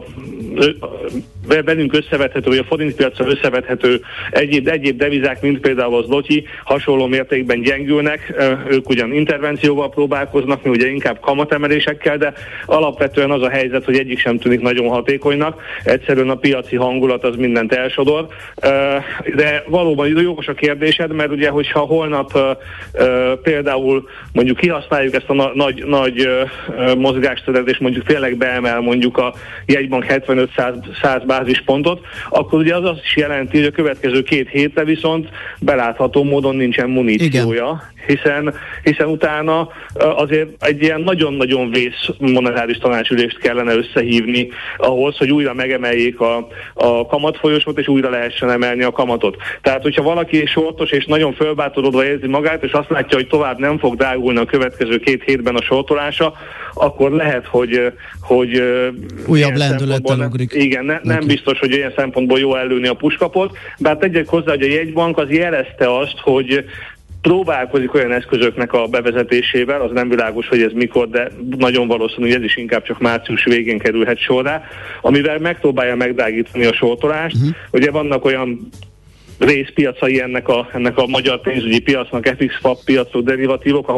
velünk összevethető, vagy a forintpiacra összevethető egyéb devizák, mint például az zloty, hasonló mértékben gyengülnek, ők ugyan intervencióval próbálkoznak, mi ugye inkább kamatemelésekkel, de alapvetően az a helyzet, hogy egyik sem tűnik nagyon hatékonynak, egyszerűen a piaci hangulat az mindent elsodor, de valóban jogos a kérdésed, mert ugye, hogyha holnap például mondjuk kihasználjuk ezt a nagy mozgásteret, és mondjuk tényleg beemel mondjuk a jegybank 75-100 bázispontot, akkor ugye az azt is jelenti, hogy a következő 2 hétre viszont belátható módon nincsen muníciója, hiszen utána azért egy ilyen nagyon-nagyon vész monetáris tanácsülést kellene összehívni ahhoz, hogy újra megemeljék a kamatfolyosót, és újra lehessen emelni a kamatot. Tehát, hogyha valaki sortos és nagyon fölbátorodva érzi magát, és azt látja, hogy tovább nem fog drágulni a következő 2 hétben a sortolása, akkor lehet, hogy újabb lendülettel ugrik. Igen, nem biztos, hogy ilyen szempontból jó előni a puskapot, bár tegyek hozzá, hogy a jegybank az jelezte azt, hogy próbálkozik olyan eszközöknek a bevezetésével, az nem világos, hogy ez mikor, de nagyon valószínű, hogy ez is inkább csak március végén kerülhet sorra, amivel megpróbálja megdrágítani a sortolást. Ugye vannak olyan részpiacai ennek a magyar pénzügyi piacnak, FX-FAB piacok, derivatívok,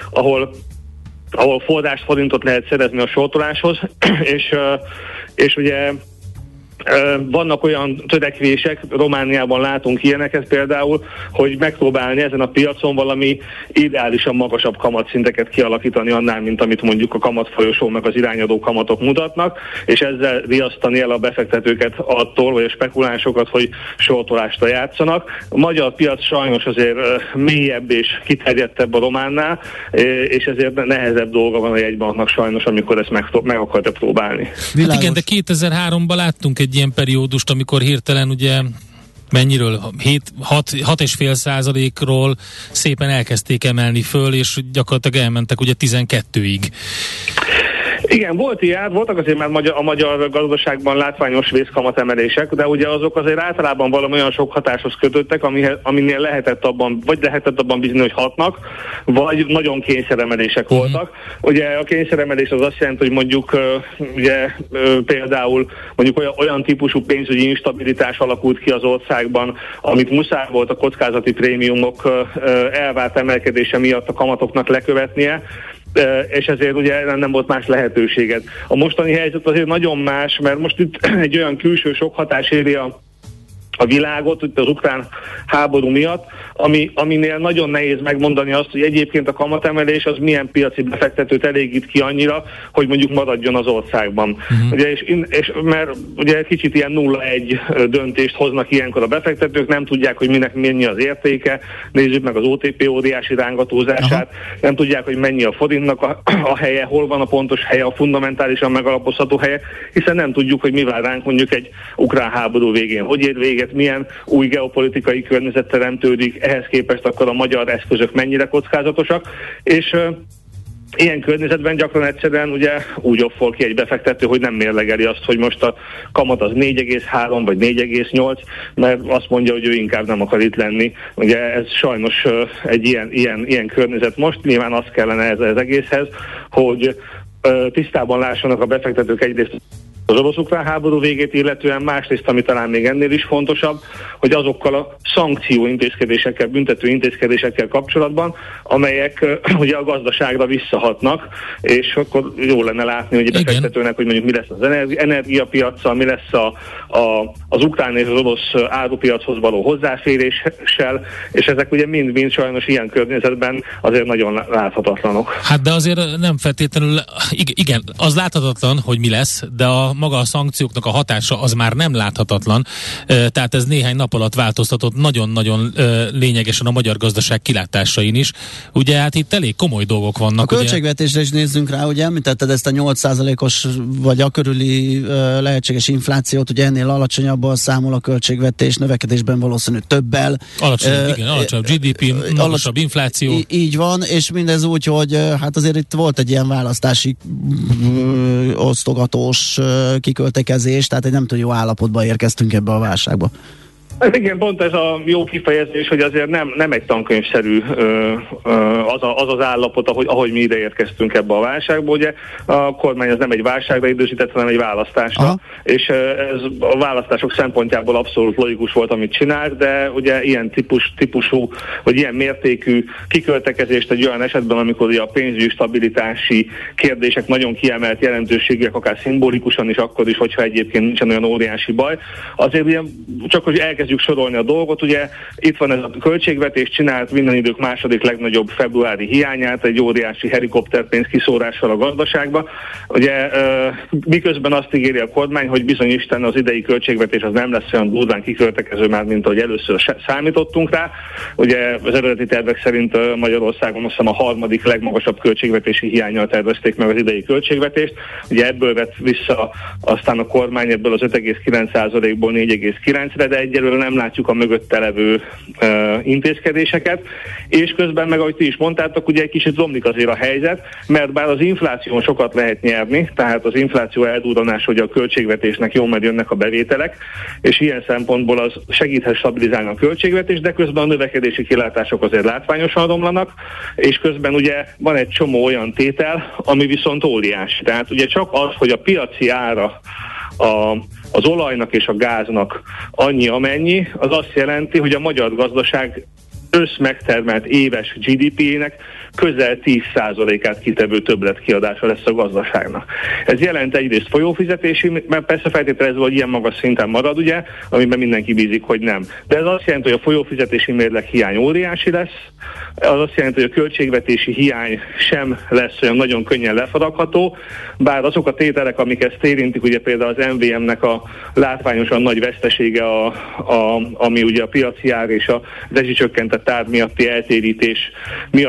ahol forrást, forintot lehet szerezni a sortoláshoz, és ugye vannak olyan törekvések, Romániában látunk ilyeneket például, hogy megpróbálni ezen a piacon valami ideálisan magasabb kamatszinteket kialakítani annál, mint amit mondjuk a kamatfolyosó meg az irányadó kamatok mutatnak, és ezzel riasztani el a befektetőket attól, vagy a spekulánsokat, hogy sortolásra játszanak. A magyar piac sajnos azért mélyebb és kiterjedtebb a románnál, és ezért nehezebb dolga van a jegybanknak sajnos, amikor ezt meg akarja próbálni. Hát igen, de 2003-ban láttunk egy ilyen periódust, amikor hirtelen ugye mennyiről? 6,5%-ról szépen elkezdték emelni föl, és gyakorlatilag elmentek ugye 12-ig. Igen, voltak azért már a magyar gazdaságban látványos vészkamatemelések, de ugye azok azért általában valami olyan sok hatáshoz kötöttek, aminél lehetett abban bízni, hogy hatnak, vagy nagyon kényszeremelések voltak. Ugye a kényszeremelés az azt jelenti, hogy mondjuk például mondjuk olyan típusú pénzügyi instabilitás alakult ki az országban, amit muszáj volt a kockázati prémiumok elvárt emelkedése miatt a kamatoknak lekövetnie, és ezért ugye nem volt más lehetőséged. A mostani helyzet azért nagyon más, mert most itt egy olyan külső sok hatás éri a világot, itt az ukrán háború miatt, aminél nagyon nehéz megmondani azt, hogy egyébként a kamatemelés az milyen piaci befektetőt elégít ki annyira, hogy mondjuk maradjon az országban. Ugye, és mert ugye kicsit ilyen 0-1 döntést hoznak ilyenkor a befektetők, nem tudják, hogy minek mennyi az értéke, nézzük meg az OTP óriási rángatózását, nem tudják, hogy mennyi a forintnak a helye, hol van a pontos helye, a fundamentálisan megalapozható helye, hiszen nem tudjuk, hogy mi vár ránk mondjuk egy ukrán háború végén, hogy ér véget, milyen új geopolitikai környezet teremtődik, ehhez képest akkor a magyar eszközök mennyire kockázatosak, és ilyen környezetben gyakran egyszerűen ugye úgy offol ki egy befektető, hogy nem mérlegeli azt, hogy most a kamat az 4,3 vagy 4,8, mert azt mondja, hogy ő inkább nem akar itt lenni. Ugye ez sajnos egy ilyen környezet most, nyilván az kellene ez az egészhez, hogy tisztában lássanak a befektetők egyrészt az orosz-ukrán háború végét illetően, másrészt, ami talán még ennél is fontosabb, hogy azokkal a szankció intézkedésekkel, büntető intézkedésekkel kapcsolatban, amelyek ugye a gazdaságra visszahatnak, és akkor jó lenne látni, hogy a befektetőnek, hogy mondjuk mi lesz az energiapiaccal, mi lesz az ukrán és az orosz árupiachoz való hozzáféréssel, és ezek ugye mind sajnos ilyen környezetben azért nagyon láthatatlanok. Hát de azért nem feltétlenül, igen, az láthatatlan, hogy mi lesz, de maga a szankcióknak a hatása az már nem láthatatlan, tehát ez néhány nap alatt változtatott nagyon-nagyon lényegesen a magyar gazdaság kilátásain is. Ugye hát itt elég komoly dolgok vannak. A költségvetésre is nézzünk rá, ugye említetted ezt a 8%-os vagy a körüli lehetséges inflációt, ugye ennél alacsonyabban számol a költségvetés, növekedésben valószínű többel. Alacsonyabb GDP, magasabb infláció. Így van, és mindez úgy, hogy hát azért itt volt egy ilyen választási osztogatós kiköltekezés, tehát egy nem túl jó állapotban érkeztünk ebbe a válságba. Igen, pont ez a jó kifejezés, hogy azért nem egy tankönyvszerű az állapot, ahogy mi ide érkeztünk ebbe a válságba. Ugye a kormány az nem egy válságra idősített, hanem egy választásra. Aha. És ez a választások szempontjából abszolút logikus volt, amit csinált, de ugye ilyen típusú, vagy ilyen mértékű kiköltekezést egy olyan esetben, amikor ugye a pénzügyi stabilitási kérdések nagyon kiemelt jelentőségűek, akár szimbolikusan is, akkor is, hogyha egyébként nincsen olyan óriási baj. Azért ugye csak, hogy elkezdjük sorolni a dolgot, ugye itt van ez a költségvetés, csinált minden idők második legnagyobb februári hiányát, egy óriási helikopterpénz kiszórással a gazdaságba. Ugye miközben azt ígéri a kormány, hogy bizony Isten az idei költségvetés az nem lesz olyan durván kiköltekező már, mint ahogy először számítottunk rá. Ugye az eredeti tervek szerint Magyarországon azt hiszem a harmadik legmagasabb költségvetési hiánnyal tervezték meg az idei költségvetést. Ugye ebből vett vissza aztán a kormány ebből az 5,9%-ból 4,9-re, de egyelőre nem látjuk a mögötte levő intézkedéseket, és közben meg, ahogy ti is mondtátok, ugye egy kicsit romlik azért a helyzet, mert bár az infláción sokat lehet nyerni, tehát az infláció eldurranás, hogy a költségvetésnek jól megjönnek a bevételek, és ilyen szempontból az segíthet stabilizálni a költségvetést, de közben a növekedési kilátások azért látványosan romlanak, és közben ugye van egy csomó olyan tétel, ami viszont óriási. Tehát ugye csak az, hogy a piaci ára az olajnak és a gáznak annyi amennyi, az azt jelenti, hogy a magyar gazdaság összmegtermelt éves GDP-nek közel 10%-át kitevő többletkiadása lesz a gazdaságnak. Ez jelent egyrészt folyófizetési, mert persze feltételezve, hogy ilyen magas szinten marad, ugye, amiben mindenki bízik, hogy nem. De ez azt jelenti, hogy a folyófizetési mérleg hiány óriási lesz, az azt jelenti, hogy a költségvetési hiány sem lesz olyan nagyon könnyen lefaragható, bár azok a tételek, amik ezt érintik, ugye például az MVM-nek a látványosan nagy vesztesége, ami ugye a piaci ár és a rezsicsökkentett ár miatti eltérítés miatt van,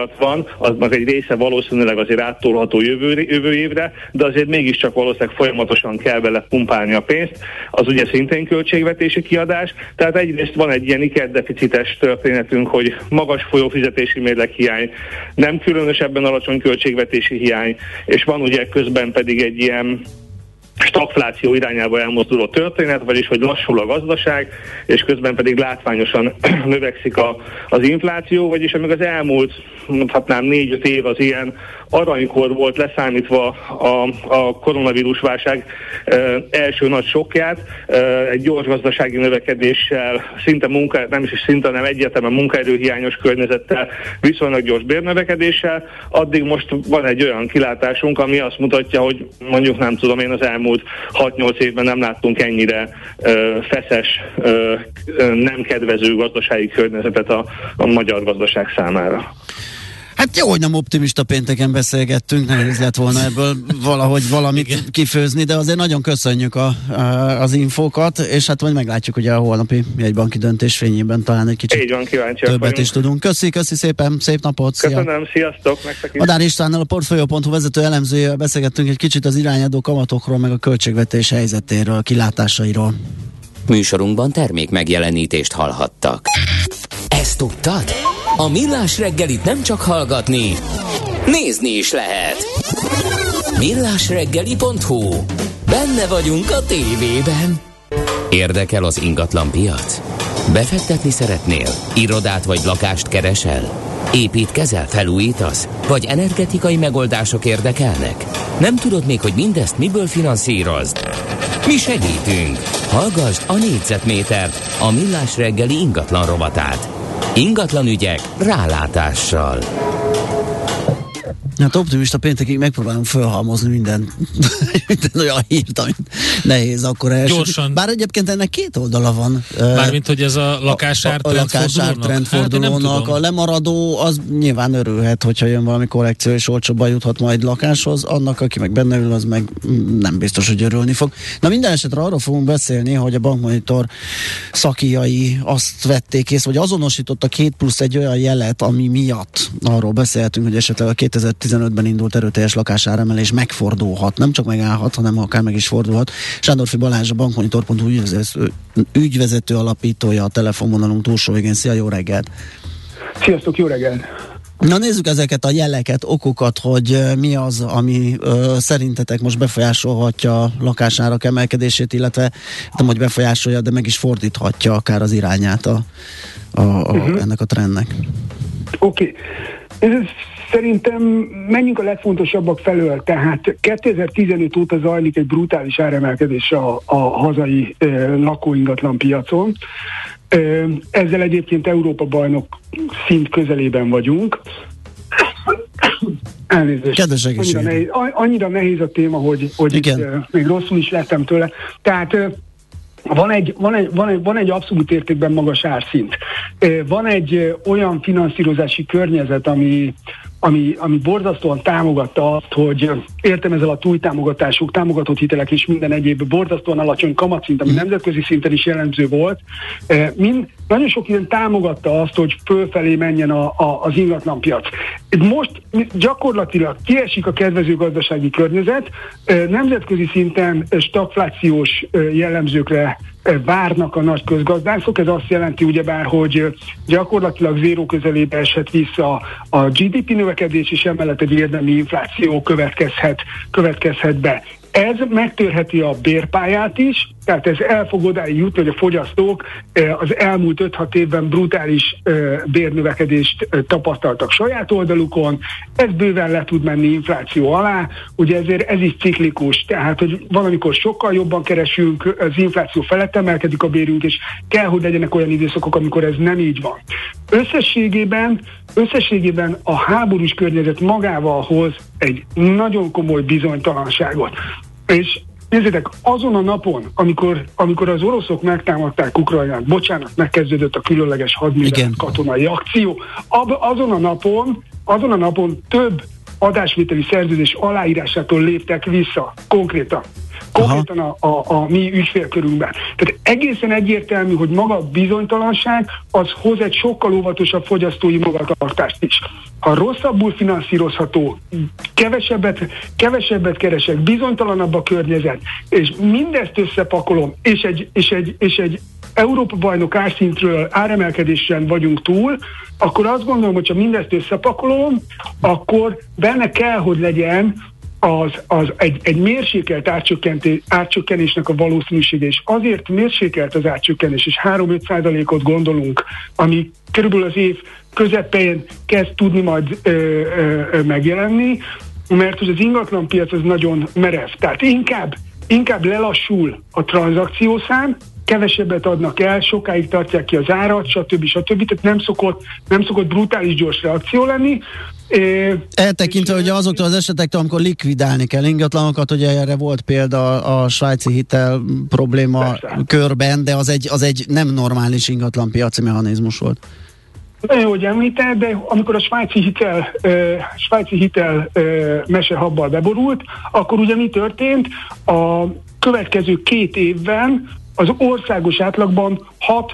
aznak egy része valószínűleg azért áttolható jövő évre, de azért mégiscsak valószínűleg folyamatosan kell bele pumpálni a pénzt, az ugye szintén költségvetési kiadás, tehát egyrészt van egy ilyen ikerdeficites történetünk, hogy magas folyófizetési mérleghiány, nem különösebben alacsony költségvetési hiány, és van ugye közben pedig egy ilyen stagfláció irányába elmozduló történet, vagyis hogy lassul a gazdaság, és közben pedig látványosan növekszik az infláció, vagyis amíg az elmúlt, mondhatnám 4-5 év az ilyen aranykor volt leszámítva a koronavírusválság első nagy sokkját, egy gyors gazdasági növekedéssel, nem egyértelműen munkaerőhiányos környezettel, viszonylag gyors bérnövekedéssel, addig most van egy olyan kilátásunk, ami azt mutatja, hogy mondjuk nem tudom én az elmúlt 6-8 évben nem láttunk ennyire feszes, nem kedvező gazdasági környezetet a magyar gazdaság számára. Hát jó, hogy nem optimista pénteken beszélgettünk, nehéz lett volna ebből valahogy valamit kifőzni, de azért nagyon köszönjük az infókat, és hát majd meglátjuk ugye a holnapi jegybanki döntés fényében talán egy kicsit így van, többet is tudunk. Köszi szépen, szép napot! Köszönöm, sziasztok! Nektek is. Madár Istvánnal, a Portfolio.hu vezető elemzőjével beszélgettünk egy kicsit az irányadó kamatokról, meg a költségvetés helyzetéről, kilátásairól. Műsorunkban termék megjelenítést hallhattak. Ezt tudtad? A Millás reggelit nem csak hallgatni, nézni is lehet. millásreggeli.hu. Benne vagyunk a tévében. Érdekel az ingatlan piac? Befektetni szeretnél? Irodát vagy lakást keresel? Építkezel, felújítasz? Vagy energetikai megoldások érdekelnek? Nem tudod még, hogy mindezt miből finanszírozd? Mi segítünk! Hallgasd a Négyzetmétert, a Millás reggeli ingatlan rovatát. Ingatlan ügyek rálátással. Hát optimista péntekig megpróbálunk fölhalmozni minden olyan hírt, amit nehéz akkor elsőt. Gyorsan. Bár egyébként ennek két oldala van. Mármint, hogy ez a lakásár trendfordulónak. A lemaradó az nyilván örülhet, hogyha jön valami korrekció és olcsóbban juthat majd lakáshoz. Annak, aki meg benne ül, az meg nem biztos, hogy örülni fog. Na minden esetre arról fogunk beszélni, hogy a Bankmonitor szakíjai azt vették észre, vagy azonosított a 2+1 olyan jelet, ami miatt arról beszélhetünk, hogy esetleg a 2015-ben indult erőteljes lakásáremelés megfordulhat, nem csak megállhat, hanem akár meg is fordulhat. Sándorfi Balázs, a Bankmonitor.hu ügyvezető alapítója a telefonvonalunk túlsó végén. Szia, jó reggelt! Sziasztok, jó reggelt! Na nézzük ezeket a jeleket, okokat, hogy mi az, ami szerintetek most befolyásolhatja a lakásárak emelkedését, illetve nem, hogy befolyásolja, de meg is fordíthatja akár az irányát ennek a trendnek. Oké. Szerintem menjünk a legfontosabbak felől, tehát 2015 óta zajlik egy brutális áremelkedés a hazai lakóingatlan piacon. Ezzel egyébként Európa bajnok szint közelében vagyunk. Elnézést. Annyira nehéz a téma, hogy még rosszul is lettem tőle. Tehát van egy abszolút értékben magas árszint. Van egy olyan finanszírozási környezet, ami borzasztóan támogatta azt, hogy értem ezzel a túltámogatások, támogatott hitelek és minden egyéb borzasztóan alacsony kamatszint, ami nemzetközi szinten is jellemző volt. Nagyon sok ilyen támogatta azt, hogy fölfelé menjen az ingatlanpiac. Most gyakorlatilag kiesik a kedvező gazdasági környezet, nemzetközi szinten stagflációs jellemzőkre várnak a nagy közgazdászok. Ez azt jelenti ugyebár, hogy gyakorlatilag zéró közelébe esett vissza a GDP növekedés, és emellett egy érdemi infláció következhet be. Ez megtörheti a bérpályát is, tehát ez el fog odáig jutni, hogy a fogyasztók az elmúlt 5-6 évben brutális bérnövekedést tapasztaltak saját oldalukon, ez bőven le tud menni infláció alá, ugye ezért ez is ciklikus, tehát hogy valamikor sokkal jobban keresünk, az infláció felett emelkedik a bérünk, és kell, hogy legyenek olyan időszakok, amikor ez nem így van. Összességében a háborús környezet magával hoz egy nagyon komoly bizonytalanságot. És nézzétek, azon a napon, amikor az oroszok megtámadták Ukrajnát, megkezdődött a különleges hadművelet katonai akció, azon a napon több adásvételi szerződés aláírásától léptek vissza, konkrétan a mi ügyfélkörünkben. Tehát egészen egyértelmű, hogy maga a bizonytalanság az hoz egy sokkal óvatosabb fogyasztói magatartást is. Ha rosszabbul finanszírozható, kevesebbet keresek, bizonytalanabb a környezet, és mindezt összepakolom, és egy Európa-bajnok árszintről áremelkedésen vagyunk túl, akkor azt gondolom, hogy ha mindezt összepakolom, akkor benne kell, hogy legyen egy mérsékelt árcsökkenésnek a valószínűsége, és azért mérsékelt az árcsökkenés, és 3-5%-ot gondolunk, ami körülbelül az év közepén kezd tudni majd megjelenni, mert hogy az ingatlanpiac az nagyon merev. Tehát inkább lelassul a tranzakciószám, kevesebbet adnak el, sokáig tartják ki az árat, stb. Tehát nem szokott brutális gyors reakció lenni. Eltekintve ugye azoktól az esetektől, amikor likvidálni kell ingatlanokat, ugye erre volt példa a svájci hitel probléma körben, de az egy nem normális ingatlanpiaci mechanizmus volt. Nagyon jó, hogy említed, de amikor a svájci hitel mesehabbal beborult, akkor ugye mi történt? A következő 2 évben az országos átlagban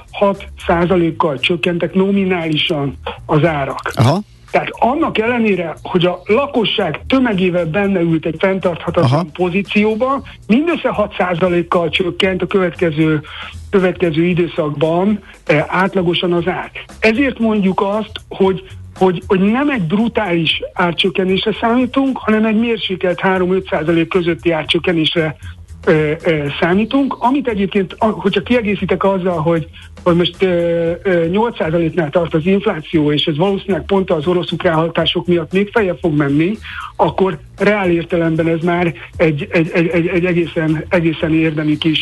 6%-kal csökkentek nominálisan az árak. Aha. Tehát annak ellenére, hogy a lakosság tömegével benne ült egy fenntarthatatlan pozícióban, mindössze 6%-kal csökkent a következő időszakban átlagosan az ár. Ezért mondjuk azt, hogy nem egy brutális árcsökkenésre számítunk, hanem egy mérsékelt 3-5% közötti árcsökkenésre számítunk, amit egyébként, hogyha kiegészítek azzal, hogy most 8%-nál tart az infláció, és ez valószínűleg pont az orosz-ukrán hatások miatt még feljebb fog menni, akkor reál értelemben ez már egy egészen érdemi kis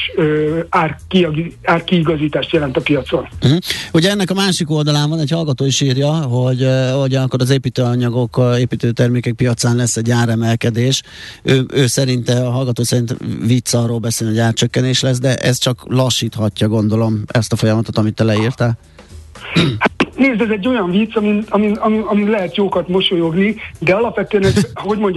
árkiigazítást jelent a piacon. Ugye ennek a másik oldalán van, egy hallgató is írja, hogy akkor az építőanyagok, építőtermékek piacán lesz egy áremelkedés. Ő szerint, a hallgató szerint vicc arról beszél, hogy árcsökkenés lesz, de ez csak lassíthatja, gondolom, ezt a folyamatot, amit te leírtál. Nézd, ez egy olyan vicc, amin lehet jókat mosolyogni, de alapvetően ez,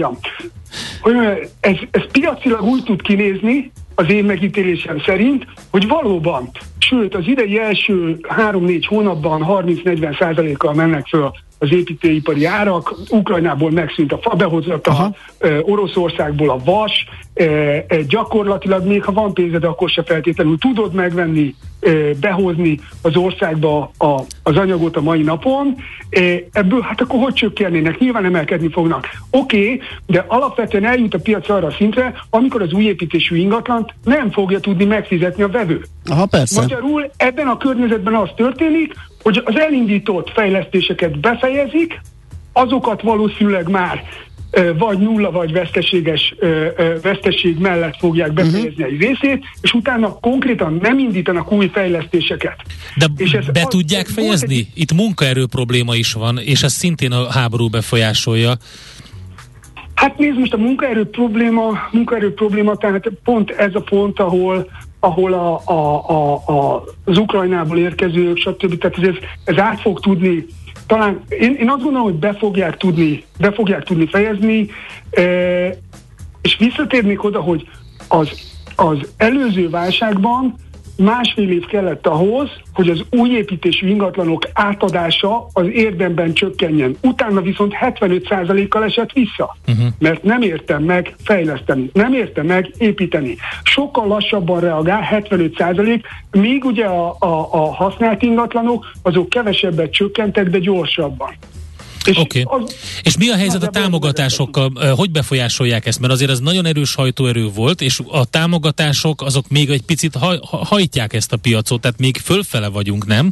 ez piacilag úgy tud kinézni, az én megítélésem szerint, hogy valóban, sőt az idei első 3-4 hónapban 30-40%-kal mennek föl az építőipari árak, Ukrajnából megszűnt a fabehozata, Oroszországból a vas, gyakorlatilag még ha van pénzed, akkor se feltétlenül tudod megvenni, behozni az országba az anyagot a mai napon. Ebből hát akkor hogy csökkennének? Nyilván emelkedni fognak. Oké, de alapvetően eljut a piac arra a szintre, amikor az új építésű ingatlant nem fogja tudni megfizetni a vevő. Aha, persze. Magyarul ebben a környezetben az történik, hogy az elindított fejlesztéseket befejezik, azokat valószínűleg már vagy nulla, vagy veszteség mellett fogják befejezni egy részét, és utána konkrétan nem indítanak új fejlesztéseket. De be tudják fejezni? Itt munkaerő probléma is van, és ez szintén a háború befolyásolja. Hát nézd, most a munkaerő probléma, tehát pont ez a pont, ahol az Ukrajnából érkezők, stb. Tehát ez át fog tudni, talán én azt gondolom, hogy be fogják tudni fejezni, és visszatérnék oda, hogy az előző válságban 1,5 év kellett ahhoz, hogy az új építésű ingatlanok átadása az érdemben csökkenjen. Utána viszont 75%-kal esett vissza, mert nem értem meg fejleszteni, nem értem meg építeni. Sokkal lassabban reagál, 75%, míg ugye a használt ingatlanok, azok kevesebbet csökkentek, de gyorsabban. Oké. És mi a helyzet a támogatásokkal? Hogy befolyásolják ezt? Mert azért ez nagyon erős hajtóerő volt, és a támogatások azok még egy picit hajtják ezt a piacot, tehát még fölfele vagyunk, nem?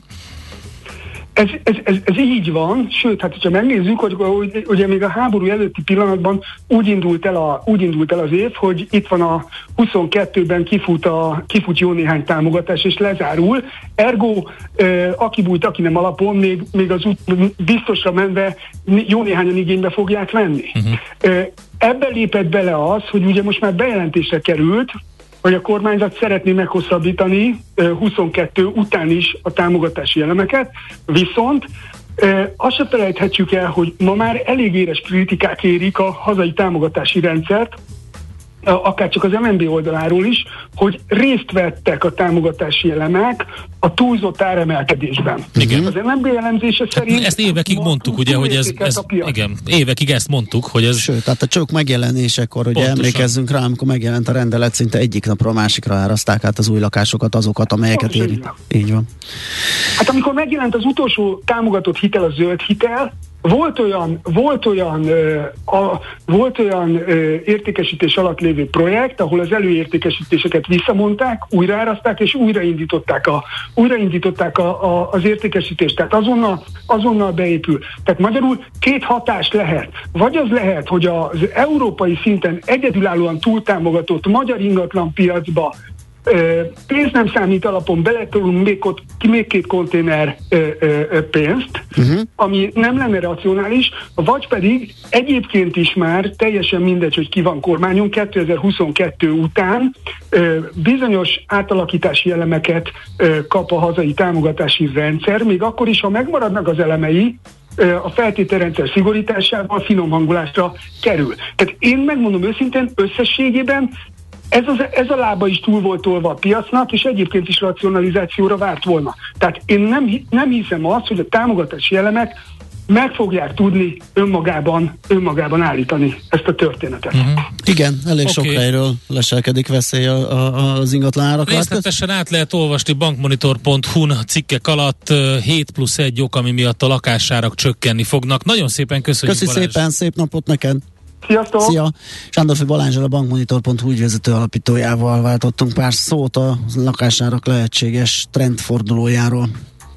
Ez így van, sőt, hát ha megnézzük, hogy ugye még a háború előtti pillanatban úgy indult el az év, hogy itt van a 22-ben kifut jó néhány támogatás, és lezárul. Ergo, aki bújt, aki nem alapon, még az biztosra menve jó néhányan igénybe fogják venni. Ebben lépett bele az, hogy ugye most már bejelentésre került, hogy a kormányzat szeretné meghosszabbítani 22 után is a támogatási elemeket, viszont Azt se felejthetjük el, hogy ma már elég éres kritikák érik a hazai támogatási rendszert, akár csak az MNB oldaláról is, hogy részt vettek a támogatási elemek a túlzott áremelkedésben. Igen. Az MNB elemzése szerint... Ezt évekig mondtuk, ugye, hogy ez igen, évekig ezt mondtuk, hogy ez... Sőt, tehát a csők megjelenésekor, ugye emlékezzünk rá, amikor megjelent a rendelet, szinte egyik napról a másikra árazták át az új lakásokat, azokat, amelyeket érint. Így van. Hát amikor megjelent az utolsó támogatott hitel, a zöld hitel, volt olyan értékesítés alatt lévő projekt, ahol az előértékesítéseket visszamondták, újraáraszták és újraindították az értékesítést. Tehát azonnal beépül. Tehát magyarul két hatás lehet. Vagy az lehet, hogy az európai szinten egyedülállóan túltámogatott magyar ingatlanpiacba pénz nem számít alapon beletolunk még két konténer pénzt, ami nem lenne racionális, vagy pedig egyébként is már teljesen mindegy, hogy ki van kormányon 2022 után bizonyos átalakítási elemeket kap a hazai támogatási rendszer, még akkor is, ha megmaradnak az elemei, a feltételrendszer szigorításával finom hangulásra kerül. Tehát én megmondom őszintén, összességében ez a lába is túl volt tolva a piacnak, és egyébként is racionalizációra várt volna. Tehát én nem hiszem azt, hogy a támogatási elemek meg fogják tudni önmagában állítani ezt a történetet. Igen, elég sok helyről leselkedik veszély az ingatlan árakra. Részletesen át lehet olvasni bankmonitor.hu-n cikkek alatt 7+1 ok, ami miatt a lakásárak csökkenni fognak. Nagyon szépen köszönjük, Balázs. Köszi szépen, szép napot neked! Sziasztok! Szia! Sándorfi Balázsral, a bankmonitor.hu ügyvezető alapítójával váltottunk pár szót a lakásárak lehetséges trendfordulójáról.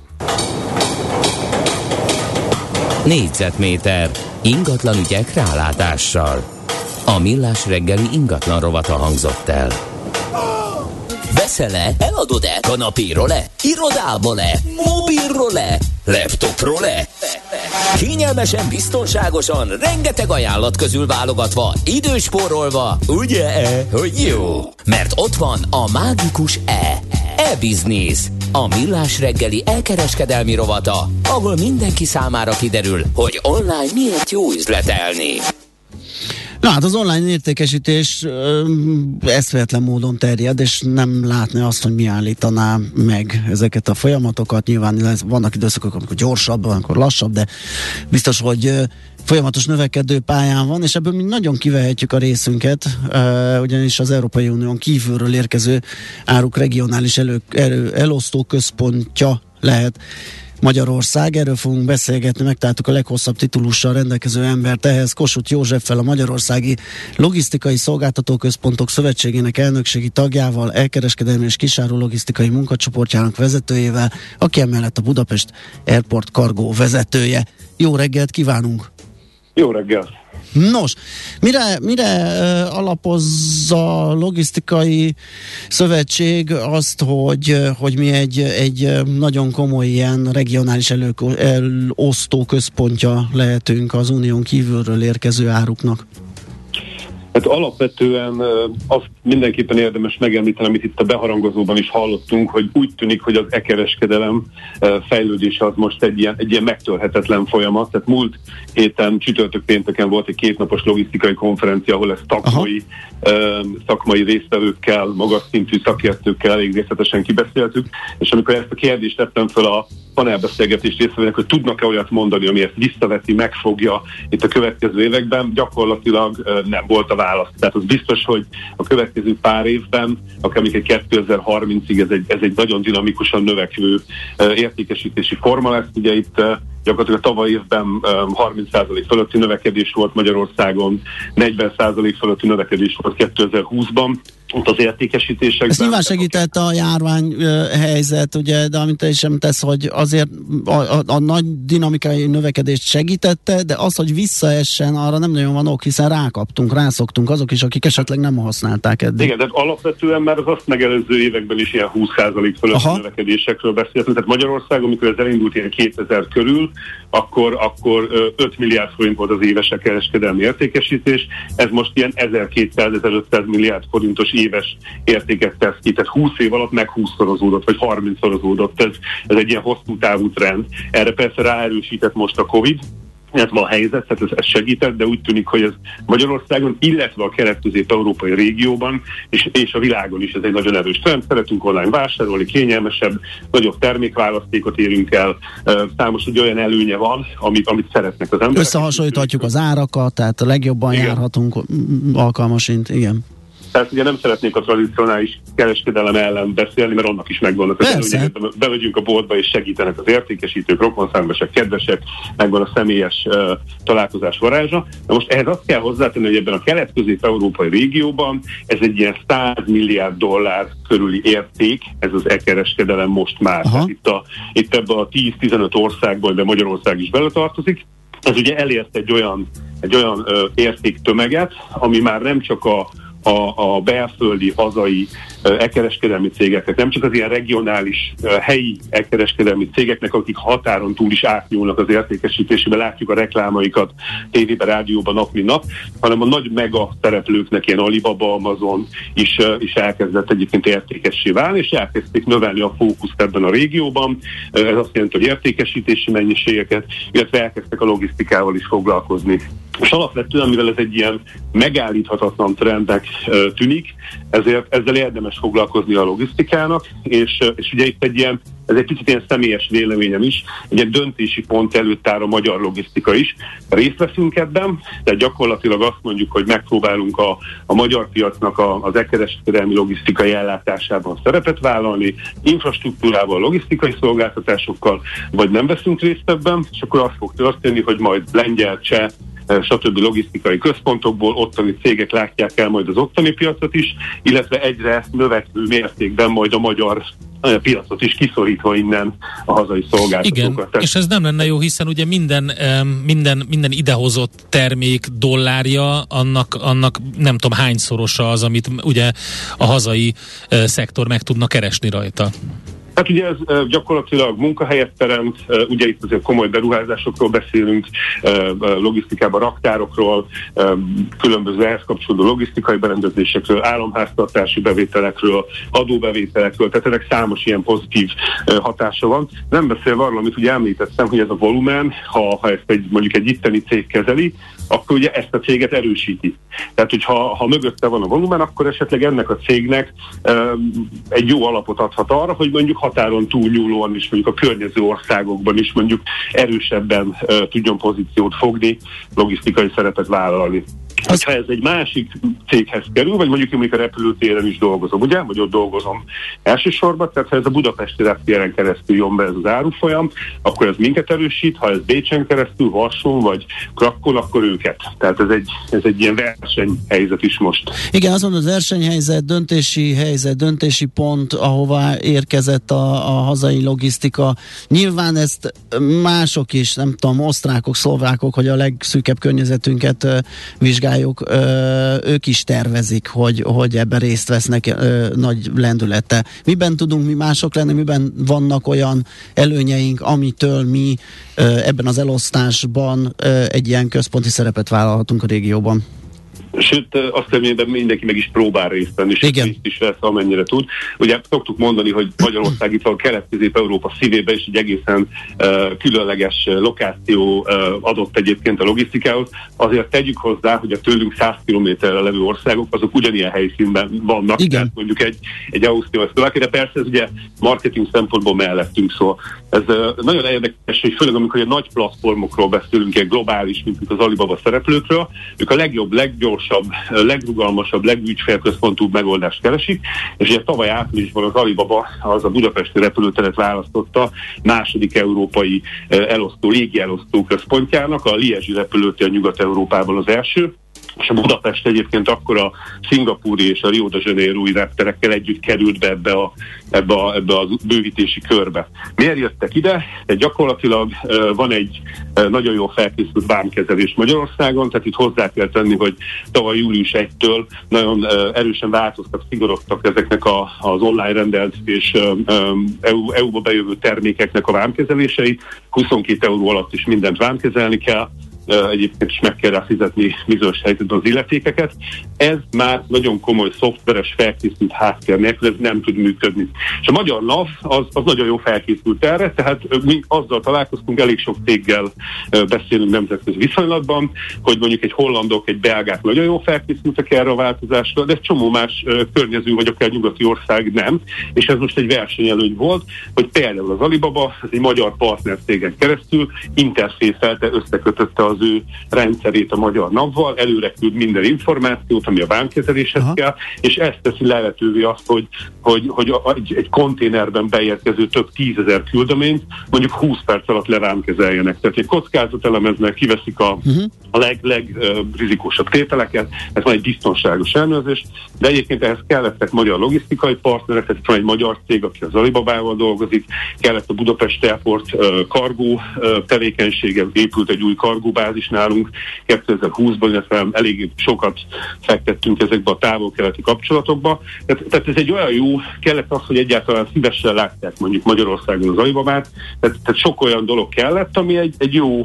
Négyzetméter ingatlan ügyek rálátással. A Millás reggeli ingatlan rovata hangzott el. Veszel-e? Eladod-e? Kanapéról-e? Irodából-e? Mobilról-e? Laptopról-e? Kényelmesen, biztonságosan, rengeteg ajánlat közül válogatva, időspórolva, ugye-e, hogy jó? Mert ott van a mágikus e-business, a Millás reggeli elkereskedelmi rovata, ahol mindenki számára kiderül, hogy online miért jó üzletelni. Na hát az online értékesítés eszméletlen módon terjed, és nem látni azt, hogy mi állítaná meg ezeket a folyamatokat. Nyilván vannak időszakok, amikor gyorsabb, amikor lassabb, de biztos, hogy folyamatos növekedő pályán van, és ebből mi nagyon kivehetjük a részünket, ugyanis az Európai Unión kívülről érkező áruk regionális elosztó központja lehet Magyarország. Erről fogunk beszélgetni, megtaláltuk a leghosszabb titulussal rendelkező embert ehhez, Kossuth Józseffel, a Magyarországi Logisztikai Szolgáltatóközpontok Szövetségének elnökségi tagjával, elkereskedelmi és kisárú logisztikai munkacsoportjának vezetőjével, aki emellett a Budapest Airport Cargo vezetője. Jó reggelt kívánunk! Jó reggelt! Nos, mire alapozza a logisztikai szövetség azt, hogy mi egy nagyon komoly ilyen regionális elosztó központja lehetünk az unión kívülről érkező áruknak? Hát alapvetően azt mindenképpen érdemes megemlíteni, amit itt a beharangozóban is hallottunk, hogy úgy tűnik, hogy az e-kereskedelem fejlődése az most egy ilyen megtörhetetlen folyamat. Tehát múlt héten csütörtök pénteken volt egy 2 napos logisztikai konferencia, ahol ezt szakmai résztvevőkkel, magas szintű szakértőkkel elég részletesen kibeszéltük, és amikor ezt a kérdést tettem fel a panelbeszélgetés résztvevőnek, hogy tudnak-e olyat mondani, ami ezt visszaveti, megfogja itt a következő években, gyakorlatilag nem volt a válasz. Tehát az biztos, hogy a következő pár évben, akár még egy 2030-ig ez egy nagyon dinamikusan növekvő értékesítési forma lesz. Ugye itt gyakorlatilag a tavaly évben 30% fölötti növekedés volt Magyarországon, 40% fölötti növekedés volt 2020-ban. Ott az értékesítésekben. Ezt nyilván segített a járvány helyzet, ugye, de amit te is említesz, hogy azért a nagy dinamikai növekedést segítette, de az, hogy visszaessen, arra nem nagyon van ok, hiszen rászoktunk azok is, akik esetleg nem használták eddig. Igen, de alapvetően már az azt megelőző években is ilyen 20% fölötti növekedésekről beszéltünk. Tehát Magyarországon, amikor ez elindult ilyen 2000 körül, akkor 5 milliárd forint volt az éves kereskedelmi értékesítés, ez most ilyen 1200-1500 milliárd forintos éves értéket tesz ki, tehát 20 év alatt meg 20-szorozódott, vagy 30-szorozódott, ez egy ilyen hosszú távú trend. Erre persze ráerősített most a Covid, illetve a helyzet, tehát ez segített, de úgy tűnik, hogy ez Magyarországon, illetve a kelet-közép-európai régióban és a világon is ez egy nagyon erős trend. Szeretünk online vásárolni, kényelmesebb, nagyobb termékválasztékot érünk el, számos olyan előnye van, amit szeretnek az emberek. Összehasonlíthatjuk az árakat, tehát a legjobban járhatunk alkalmasint, igen. Tehát ugye nem szeretnék a tradicionális kereskedelem ellen beszélni, mert annak is megvannak az előnyek. Bemegyünk a boltba és segítenek az értékesítők, rokonszámosek, kedvesek, megvan a személyes találkozás varázsa. Na most ehhez azt kell hozzátenni, hogy ebben a kelet-közép-európai régióban ez egy ilyen $100 milliárd körüli érték, ez az e-kereskedelem most már. Itt ebben a 10-15 országban, de Magyarország is beletartozik. Ez ugye elért egy olyan értéktömeget, ami már nem csak a belföldi, hazai e-kereskedelmi cégeknek, nem csak az ilyen regionális, helyi e-kereskedelmi cégeknek, akik határon túl is átnyúlnak az értékesítésében, látjuk a reklámaikat tévében, rádióban nap mint nap, hanem a nagy mega szereplőknek, ilyen Alibaba, Amazon is elkezdett egyébként értékessé válni, és elkezdték növelni a fókuszt ebben a régióban. Ez azt jelenti, hogy értékesítési mennyiségeket, illetve elkezdtek a logisztikával is foglalkozni. És alapvetően, mivel ez egy ilyen megállíthatatlan trendnek tűnik, ezért ezzel érdemes foglalkozni a logisztikának, és ugye itt ez egy picit ilyen személyes véleményem is, egy ilyen döntési pont előtt áll a magyar logisztika is. Részt veszünk ebben, de gyakorlatilag azt mondjuk, hogy megpróbálunk a magyar piacnak az e-kereskedelmi logisztikai ellátásában szerepet vállalni, infrastruktúrával, logisztikai szolgáltatásokkal, vagy nem veszünk részt ebben, és akkor az fog történni, hogy majd lengyel, cseh, stb. Logisztikai központokból ottani cégek látják el majd az ottani piacot is, illetve egyre növekvő mértékben majd a magyar piacot is kiszorítva innen a hazai szolgáltatókat. Igen, és ez nem lenne jó, hiszen ugye minden idehozott termék dollárja, annak nem tudom hányszorosa az, amit ugye a hazai szektor meg tudna keresni rajta. Hát ugye ez gyakorlatilag munkahelyet teremt, ugye itt azért komoly beruházásokról beszélünk, logisztikában raktárokról, különböző ehhez kapcsolódó logisztikai berendezésekről, államháztartási bevételekről, adóbevételekről, tehát ennek számos ilyen pozitív hatása van. Nem beszélve arról, amit ugye említettem, hogy ez a volumen, ha ezt mondjuk egy itteni cég kezeli, akkor ugye ezt a céget erősíti. Tehát, hogyha mögötte van a volumen, akkor esetleg ennek a cégnek egy jó alapot adhat arra, hogy mondjuk határon túlnyúlóan is, mondjuk a környező országokban is mondjuk erősebben tudjon pozíciót fogni, logisztikai szerepet vállalni. Ha ez egy másik céghez kerül, vagy mondjuk a repülőtéren is dolgozom, ugye? Vagy ott dolgozom elsősorban, tehát ha ez a budapesti reptéren keresztül jön be ez az árufolyam, akkor ez minket erősít, ha ez Bécsen keresztül, Varsón vagy Krakkón, akkor őket. Tehát ez egy ilyen versenyhelyzet is most. Igen, azt mondod, az versenyhelyzet, döntési pont, ahová érkezett a hazai logisztika. Nyilván ezt mások is, nem tudom, osztrákok, szlovákok, hogy a legszűkebb környezetünket vizsgálják, ők is tervezik, hogy ebben részt vesznek nagy lendülettel. Miben tudunk mi mások lenni, miben vannak olyan előnyeink, amitől mi ebben az elosztásban egy ilyen központi szerepet vállalhatunk a régióban? Sőt, azt remélem, mindenki meg is próbál részt venni, és részt is vesz, amennyire tud. Ugye szoktuk mondani, hogy Magyarország itt a Kelet-Közép-Európa szívében is egy egészen különleges lokáció adott egyébként a logisztikához. Azért tegyük hozzá, hogy a tőlünk 100 kilométerre levő országok, azok ugyanilyen helyszínben vannak. Igen. Tehát mondjuk egy Ausztria vagy Szlovákia, de persze ez ugye marketing szempontból mellettünk, szóval ez nagyon érdekes, hogy főleg amikor nagy platformokról beszélünk, ilyen globális, mint az Alibaba szereplőkről, ők a legjobb, leggyorsabb, legrugalmasabb, legügyfélközpontúbb megoldást keresik, és ugye tavaly áprilisban az Alibaba az a budapesti repülőteret választotta második európai légi elosztó központjának, a Liezsi repülőtér Nyugat-Európában az első, és a Budapest egyébként akkor a szingapúri és a Rio de Janeiro-i repterekkel együtt került be ebbe a bővítési körbe. Miért jöttek ide? De gyakorlatilag van egy nagyon jól felkészült vámkezelés Magyarországon, tehát itt hozzá kell tenni, hogy tavaly július 1-től nagyon erősen változtak, szigorodtak ezeknek az online rendelt és EU-ba bejövő termékeknek a vámkezelései. 22 euró alatt is mindent vámkezelni kell, egyébként is meg kell rá fizetni bizonyos helyzetben az illetékeket. Ez már nagyon komoly szoftveres felkészült háttér nélkül, ez nem tud működni. És a magyar NAV az nagyon jó felkészült erre, tehát mi azzal találkoztunk, elég sok céggel beszélünk nemzetközi viszonylatban, hogy mondjuk egy hollandok, egy belgák nagyon jó felkészültek erre a változásra, de egy csomó más környező vagy akár nyugati ország nem, és ez most egy versenyelőny volt, hogy például az Alibaba, ez egy magyar partnercégen keresztül interfészelte, összekötötte az ő rendszerét a magyar NAV-val, előre küld minden információt, ami a vámkezeléshez kell, és ezt teszi lehetővé azt, hogy egy konténerben beérkező több 10 000 küldeményt mondjuk 20 perc alatt levámkezeljenek. Tehát egy kockázat elemeznek, kiveszik a legrizikósabb tételeket, ez már egy biztonságos ellenőrzés, de egyébként ehhez kellettek magyar logisztikai partnerek, tehát van egy magyar cég, aki az Alibabával dolgozik, kellett a Budapest Airport kargó tevékenysége, épült egy új kargóbázis nálunk 2020-ban, illetve elég sokat fektettünk ezekbe a távol-keleti kapcsolatokba. Tehát ez egy olyan jó, kellett az, hogy egyáltalán szívesen látják mondjuk Magyarországon az Alibabát, tehát sok olyan dolog kellett, ami egy jó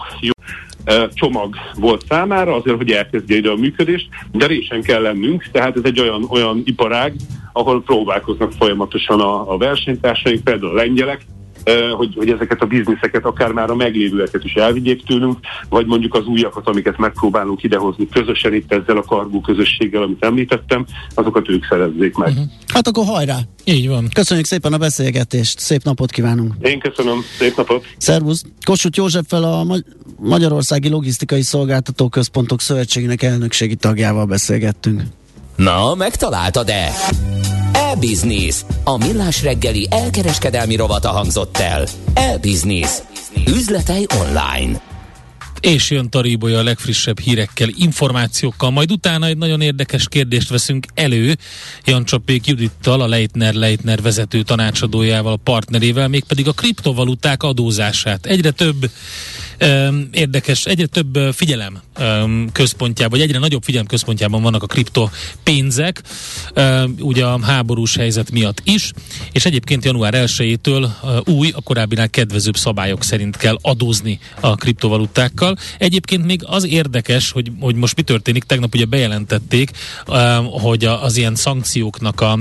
csomag volt számára, azért, hogy elkezdje ide a működést, de résen kell lennünk, tehát ez egy olyan iparág, ahol próbálkoznak folyamatosan a versenytársaink, például a lengyelek, hogy ezeket a bizniszeket, akár már a meglévőeket is elvigyék tőlünk, vagy mondjuk az újakat, amiket megpróbálunk idehozni közösen itt ezzel a kargó közösséggel, amit említettem, azokat ők szerezzék meg. Hát akkor hajrá! Így van. Köszönjük szépen a beszélgetést, szép napot kívánunk! Én köszönöm, szép napot! Szervusz! Kossuth Józseffel, a Magyarországi Logisztikai Szolgáltató Központok Szövetségének elnökségi tagjával beszélgettünk. Na, megtaláltad-e? E-Business. A Millás reggeli elkereskedelmi rovata hangzott el. E-Business. Üzletei online. És jön Taríbolya a legfrissebb hírekkel, információkkal, majd utána egy nagyon érdekes kérdést veszünk elő Jancsapék Judittal, a Leitner vezető tanácsadójával, a partnerével, mégpedig a kriptovaluták adózását. Egyre több érdekes, egyre több figyelem központjában, vagy egyre nagyobb figyelem központjában vannak a kriptopénzek, ugye a háborús helyzet miatt is, és egyébként január 1-től új, a korábbinál kedvezőbb szabályok szerint kell adózni a kriptovalutákkal. Egyébként még az érdekes, hogy most mi történik, tegnap ugye bejelentették, hogy az ilyen szankcióknak a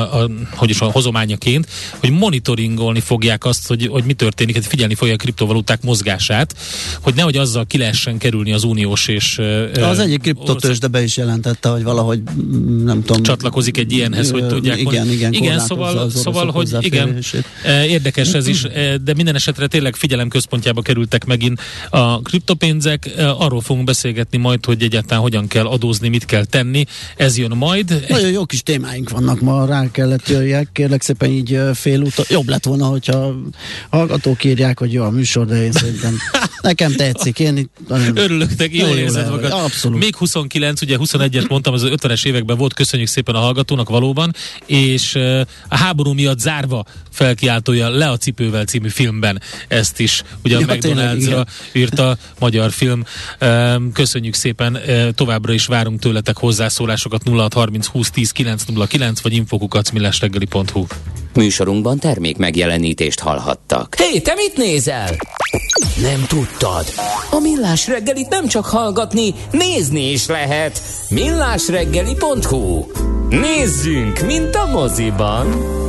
hozományaként, hogy monitoringolni fogják azt, hogy mi történik, hát figyelni fogják a kriptovaluták mozgását, hogy nehogy azzal ki lehessen kerülni az uniós és... Az egyik kriptotőzsde be is jelentette, hogy valahogy nem tudom... Csatlakozik egy ilyenhez, hogy tudják... Igen, szóval hogy igen, érdekes ez is, de minden esetre tényleg figyelem központjába kerültek megint a kriptopénzek. Arról fogunk beszélgetni majd, hogy egyáltalán hogyan kell adózni, mit kell tenni. Ez jön majd. Nagyon jó kis témáink vannak ma, rá kellett jöjjek, kérlek szépen így félúton. Jobb lett volna, hogyha hallgatók írják, hogy jó a műsor, de én szerintem nekem tetszik. Örülök, jól érzed magad. Abszolút. Még 29, ugye 21-et mondtam, az 50-es években volt, köszönjük szépen a hallgatónak valóban, és a háború miatt zárva felkiáltója Le a cipővel című filmben ezt is, ugye a McDonald's-ra írta magyar film. Köszönjük szépen, továbbra is várunk tőletek hozzászólásokat 0630 20 10 909 vagy info@millásreggeli.hu. Műsorunkban termék megjelenítést hallhattak. Hé, te mit nézel? Nem tudtad? A Millás reggelit nem csak hallgatni, nézni is lehet. millásreggeli.hu. Nézzünk, mint a moziban.